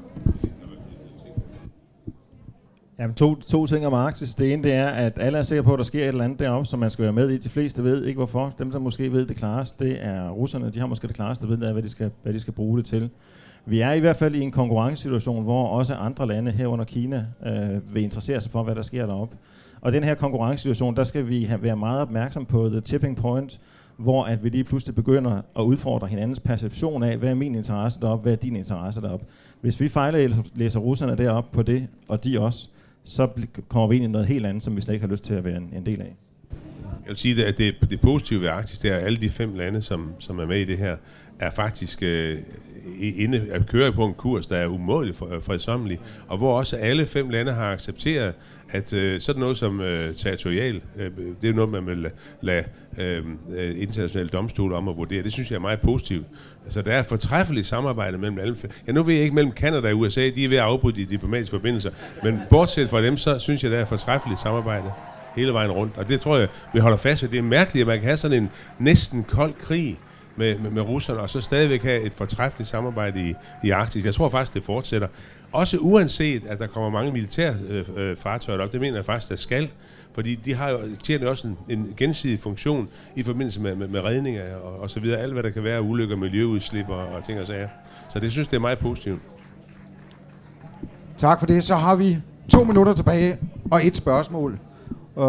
Jamen, to, to ting om Arktis. Det ene det er, at alle er sikre på, at der sker et eller andet deroppe, som man skal være med i. De fleste ved ikke hvorfor. Dem, der måske ved det klarest, det er russerne. De har måske det klareste ved, hvad de skal, hvad de skal bruge det til. Vi er i hvert fald i en konkurrencesituation, hvor også andre lande herunder Kina øh, vil interessere sig for, hvad der sker deroppe. Og den her konkurrencesituation, der skal vi have, være meget opmærksom på the tipping point, hvor at vi lige pludselig begynder at udfordre hinandens perception af, hvad er min interesse deroppe, hvad er din interesse deroppe. Hvis vi fejlæser russerne deroppe på det, og de også, så kommer vi ind i noget helt andet, som vi slet ikke har lyst til at være en, en del af. Jeg vil sige, at det, det positive ved Arktis, det er, at alle de fem lande, som, som er med i det her, er faktisk øh, inde at køre på en kurs, der er umådeligt fredsommelig, og hvor også alle fem lande har accepteret, at øh, sådan noget som øh, territorial, øh, det er noget, man vil lade øh, internationale domstole om at vurdere. Det synes jeg er meget positivt. Altså, der er fortræffeligt samarbejde mellem alle fem. Ja, nu ved jeg ikke mellem Canada og U S A, de er ved at afbryde de diplomatiske forbindelser, men bortset fra dem, så synes jeg, der er fortræffeligt samarbejde hele vejen rundt, og det tror jeg, vi holder fast ved. Det er mærkeligt, at man kan have sådan en næsten kold krig med, med, med russerne, og så stadigvæk have et fortræffeligt samarbejde i, i Arktis. Jeg tror faktisk, det fortsætter. Også uanset, at der kommer mange militære øh, øh, fartøjer op, det mener jeg faktisk, der skal, fordi de har jo, tjener også en, en gensidig funktion i forbindelse med, med, med redninger og, og så videre. Alt, hvad der kan være ulykker, miljøudslip og, og ting og sager. Så det synes det er meget positivt. Tak for det. Så har vi to minutter tilbage og et spørgsmål. Uh,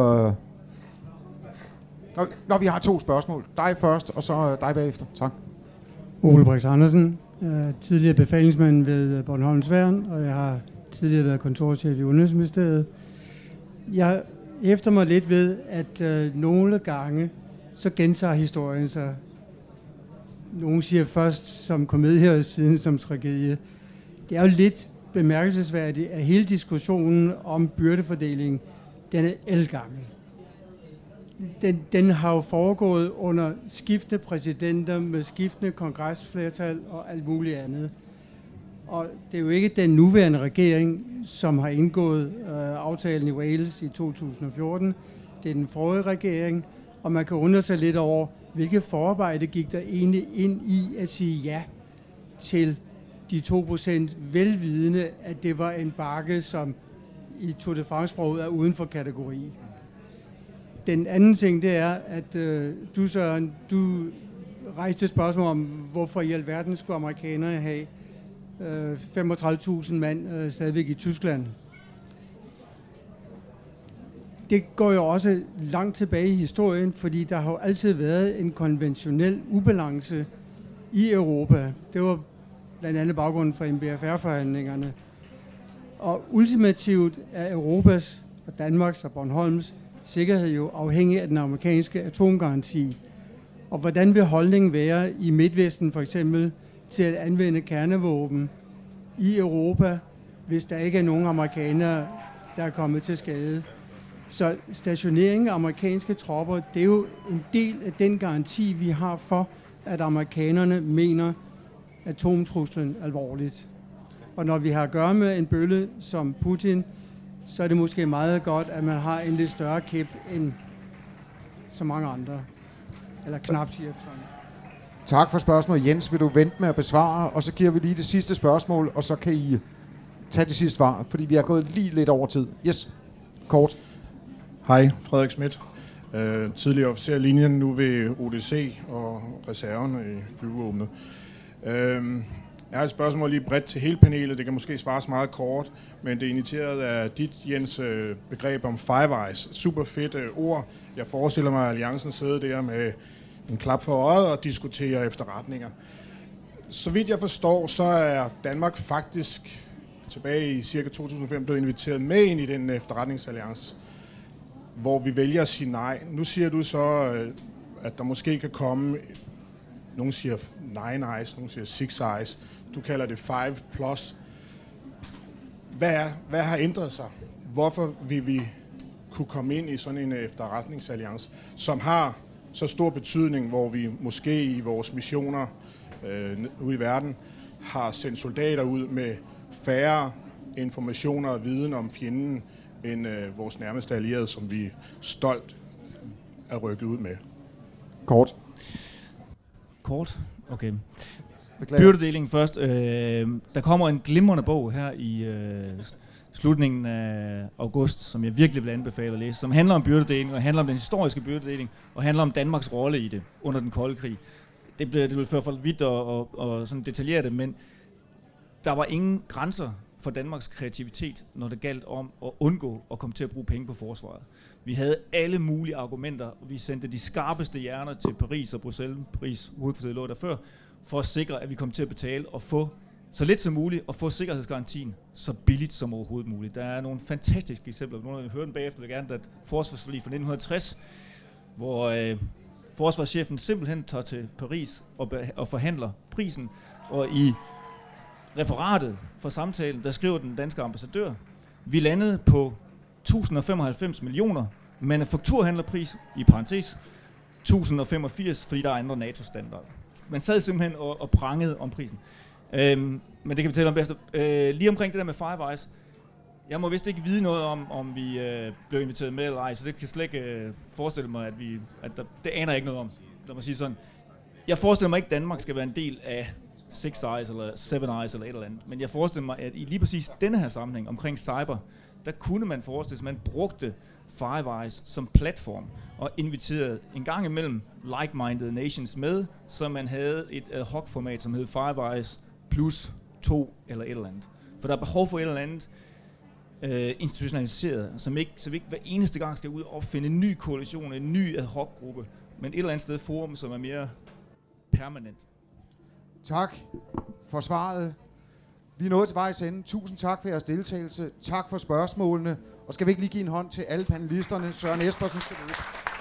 når vi har to spørgsmål. Dig først, og så dig bagefter. Tak. Ole Brix Andersen, jeg er tidligere befalingsmand ved Bornholms Værn, og jeg har tidligere været kontorchef i Udenrigsministeriet. Jeg hæfter mig lidt ved, at øh, nogle gange, så gentager historien sig. Nogle siger først som komedie, og siden som tragedie. Det er jo lidt bemærkelsesværdigt, at hele diskussionen om byrdefordeling, den er ældgammel. Den, den har jo foregået under skiftende præsidenter med skiftende kongresflertal og alt muligt andet. Og det er jo ikke den nuværende regering, som har indgået øh, aftalen i Wales i to tusind og fjorten. Det er den forrige regering, og man kan undre sig lidt over, hvilket forarbejde gik der egentlig ind i at sige ja til de to procent, velvidende, at det var en bakke, som i Tour de France-sproget er uden for kategori. Den anden ting, det er, at øh, du, Søren, du rejste spørgsmål om, hvorfor i alverden skulle amerikanerne have øh, femogtredive tusind mand øh, stadigvæk i Tyskland. Det går jo også langt tilbage i historien, fordi der har jo altid været en konventionel ubalance i Europa. Det var blandt andet baggrunden for M B F R-forhandlingerne. Og ultimativt er Europas og Danmarks og Bornholms sikkerhed jo afhængig af den amerikanske atomgaranti. Og hvordan vil holdningen være i Midtvesten for eksempel til at anvende kernevåben i Europa, hvis der ikke er nogen amerikanere, der er kommet til skade? Så stationeringen af amerikanske tropper, det er jo en del af den garanti, vi har for, at amerikanerne mener atomtruslen alvorligt. Og når vi har at gøre med en bølle som Putin, så er det måske meget godt, at man har en lidt større kæp end så mange andre. Eller knap cirka ton. Tak for spørgsmålet. Jens, vil du vente med at besvare, og så giver vi lige det sidste spørgsmål, og så kan I tage det sidste svar, fordi vi har gået lige lidt over tid. Yes, kort. Hej, Frederik Schmidt. Uh, tidligere officer linjen nu ved O D C og reserven i flyvevåbnet. Uh, jeg har et spørgsmål lige bredt til hele panelet. Det kan måske svares meget kort, men det er initieret af dit, Jens, begreb om Five Eyes. Super fedt uh, ord. Jeg forestiller mig, at alliancen sidder der med en klap for øjet og diskuterer efterretninger. Så vidt jeg forstår, så er Danmark faktisk tilbage i cirka to tusind og fem blevet inviteret med ind i den efterretningsalliance, hvor vi vælger at sige nej. Nu siger du så, at der måske kan komme, nogen siger nine eyes, nogen siger six eyes, du kalder det five plus. Hvad, er, hvad har ændret sig? Hvorfor vil vi kunne komme ind i sådan en efterretningsalliance, som har så stor betydning, hvor vi måske i vores missioner øh, ude i verden har sendt soldater ud med færre informationer og viden om fjenden, end øh, vores nærmeste allierede, som vi stolt er rykket ud med. Kort. Kort? Okay. Beklager. Byrdedeling først. Øh, der kommer en glimrende bog her i øh, slutningen af august, som jeg virkelig vil anbefale at læse, som handler om byrdedeling, og handler om den historiske byrdedeling, og handler om Danmarks rolle i det under den kolde krig. Det bliver det vil føre for vidt og, og, og sådan detaljere det, men der var ingen grænser for Danmarks kreativitet, når det galt om at undgå at komme til at bruge penge på forsvaret. Vi havde alle mulige argumenter, og vi sendte de skarpeste hjerner til Paris og Bruxelles, Paris hovedkvarteret lå der før, for at sikre, at vi kom til at betale og få så lidt som muligt, og få sikkerhedsgarantien så billigt som overhovedet muligt. Der er nogle fantastiske eksempler. Nogle af jer hører den bagefter, vil gerne, at forsvarsforlig fra nitten tres, hvor øh, forsvarschefen simpelthen tager til Paris og, og forhandler prisen, og i referatet fra samtalen, der skriver den danske ambassadør, vi landede på tusind og femoghalvfems millioner, manufakturhandlerpris, i parentes, tusind og femogfirs, fordi der er andre NATO-standarder. Man sad simpelthen og, og prangede om prisen. Øhm, men det kan vi tale om bagefter. Øh, lige omkring det der med Five Eyes, jeg må vist ikke vide noget om, om vi øh, blev inviteret med eller ej, så det kan slet ikke øh, forestille mig, at vi, at der, det aner jeg ikke noget om. Der må sige sådan. Jeg forestiller mig ikke, at Danmark skal være en del af Six Eyes eller Seven Eyes eller et eller andet, men jeg forestiller mig, at i lige præcis denne her sammenhæng omkring cyber, der kunne man forestille sig, at man brugte Five Eyes som platform og inviterede en gang imellem like-minded nations med, så man havde et ad hoc format, som hed Five Eyes plus to eller et eller andet. For der er behov for et eller andet øh, institutionaliseret, som ikke, så vi ikke hver eneste gang skal ud og opfinde en ny koalition, en ny ad hoc gruppe, men et eller andet sted forum, som er mere permanent. Tak for svaret. Vi er nået til vejs ende. Tusind tak for jeres deltagelse. Tak for spørgsmålene. Og skal vi ikke lige give en hånd til alle panelisterne? Søren Espersen skal ud.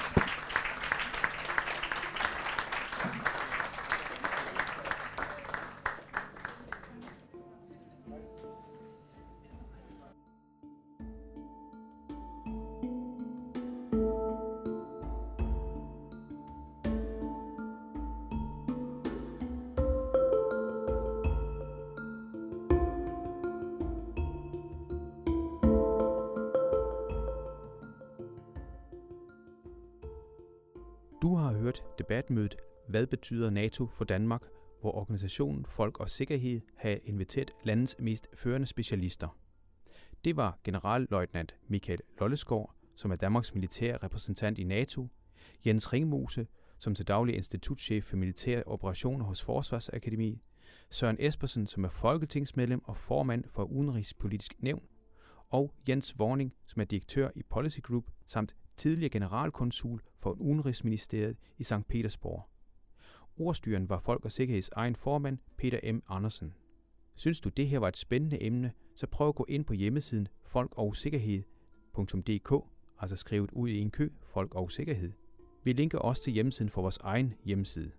Du har hørt debatmødet Hvad betyder NATO for Danmark, hvor organisationen Folk og Sikkerhed har inviteret landets mest førende specialister. Det var generalløjtnant Michael Lollesgaard, som er Danmarks militære repræsentant i NATO, Jens Ringmose, som til daglig institutschef for militære operationer hos Forsvarsakademiet, Søren Espersen, som er folketingsmedlem og formand for Udenrigspolitisk Nævn, og Jens Worning, som er direktør i Policy Group, samt tidligere generalkonsul for Udenrigsministeriet i Sankt Petersborg. Ordstyren var Folk og Sikkerheds egen formand, Peter M. Andersen. Synes du, det her var et spændende emne, så prøv at gå ind på hjemmesiden folk og sikkerhed punktum d k, altså skrevet ud i en kø, Folk og Sikkerhed. Vi linker også til hjemmesiden for vores egen hjemmeside.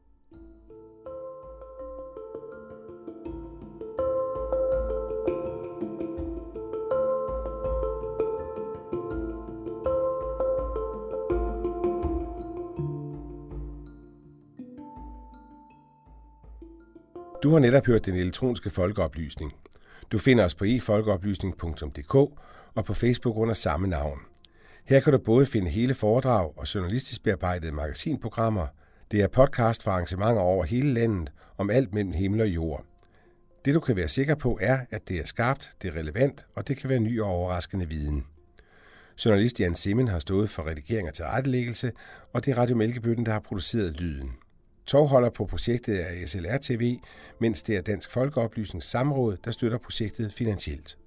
Du har netop hørt den elektroniske folkeoplysning. Du finder os på e folkeoplysning punktum d k og på Facebook under samme navn. Her kan du både finde hele foredrag og journalistisk bearbejdede magasinprogrammer, Det er podcast for arrangementer over hele landet om alt mellem himmel og jord. Det du kan være sikker på er, at det er skarpt, det er relevant, og det kan være ny og overraskende viden. Journalist Jan Simmen har stået for redigering og tilrettelæggelse, og det er Radio Mælkebøtten, der har produceret lyden. Tovholder på projektet er S L R T V, mens det er Dansk Folkeoplysnings Samråd, der støtter projektet finansielt.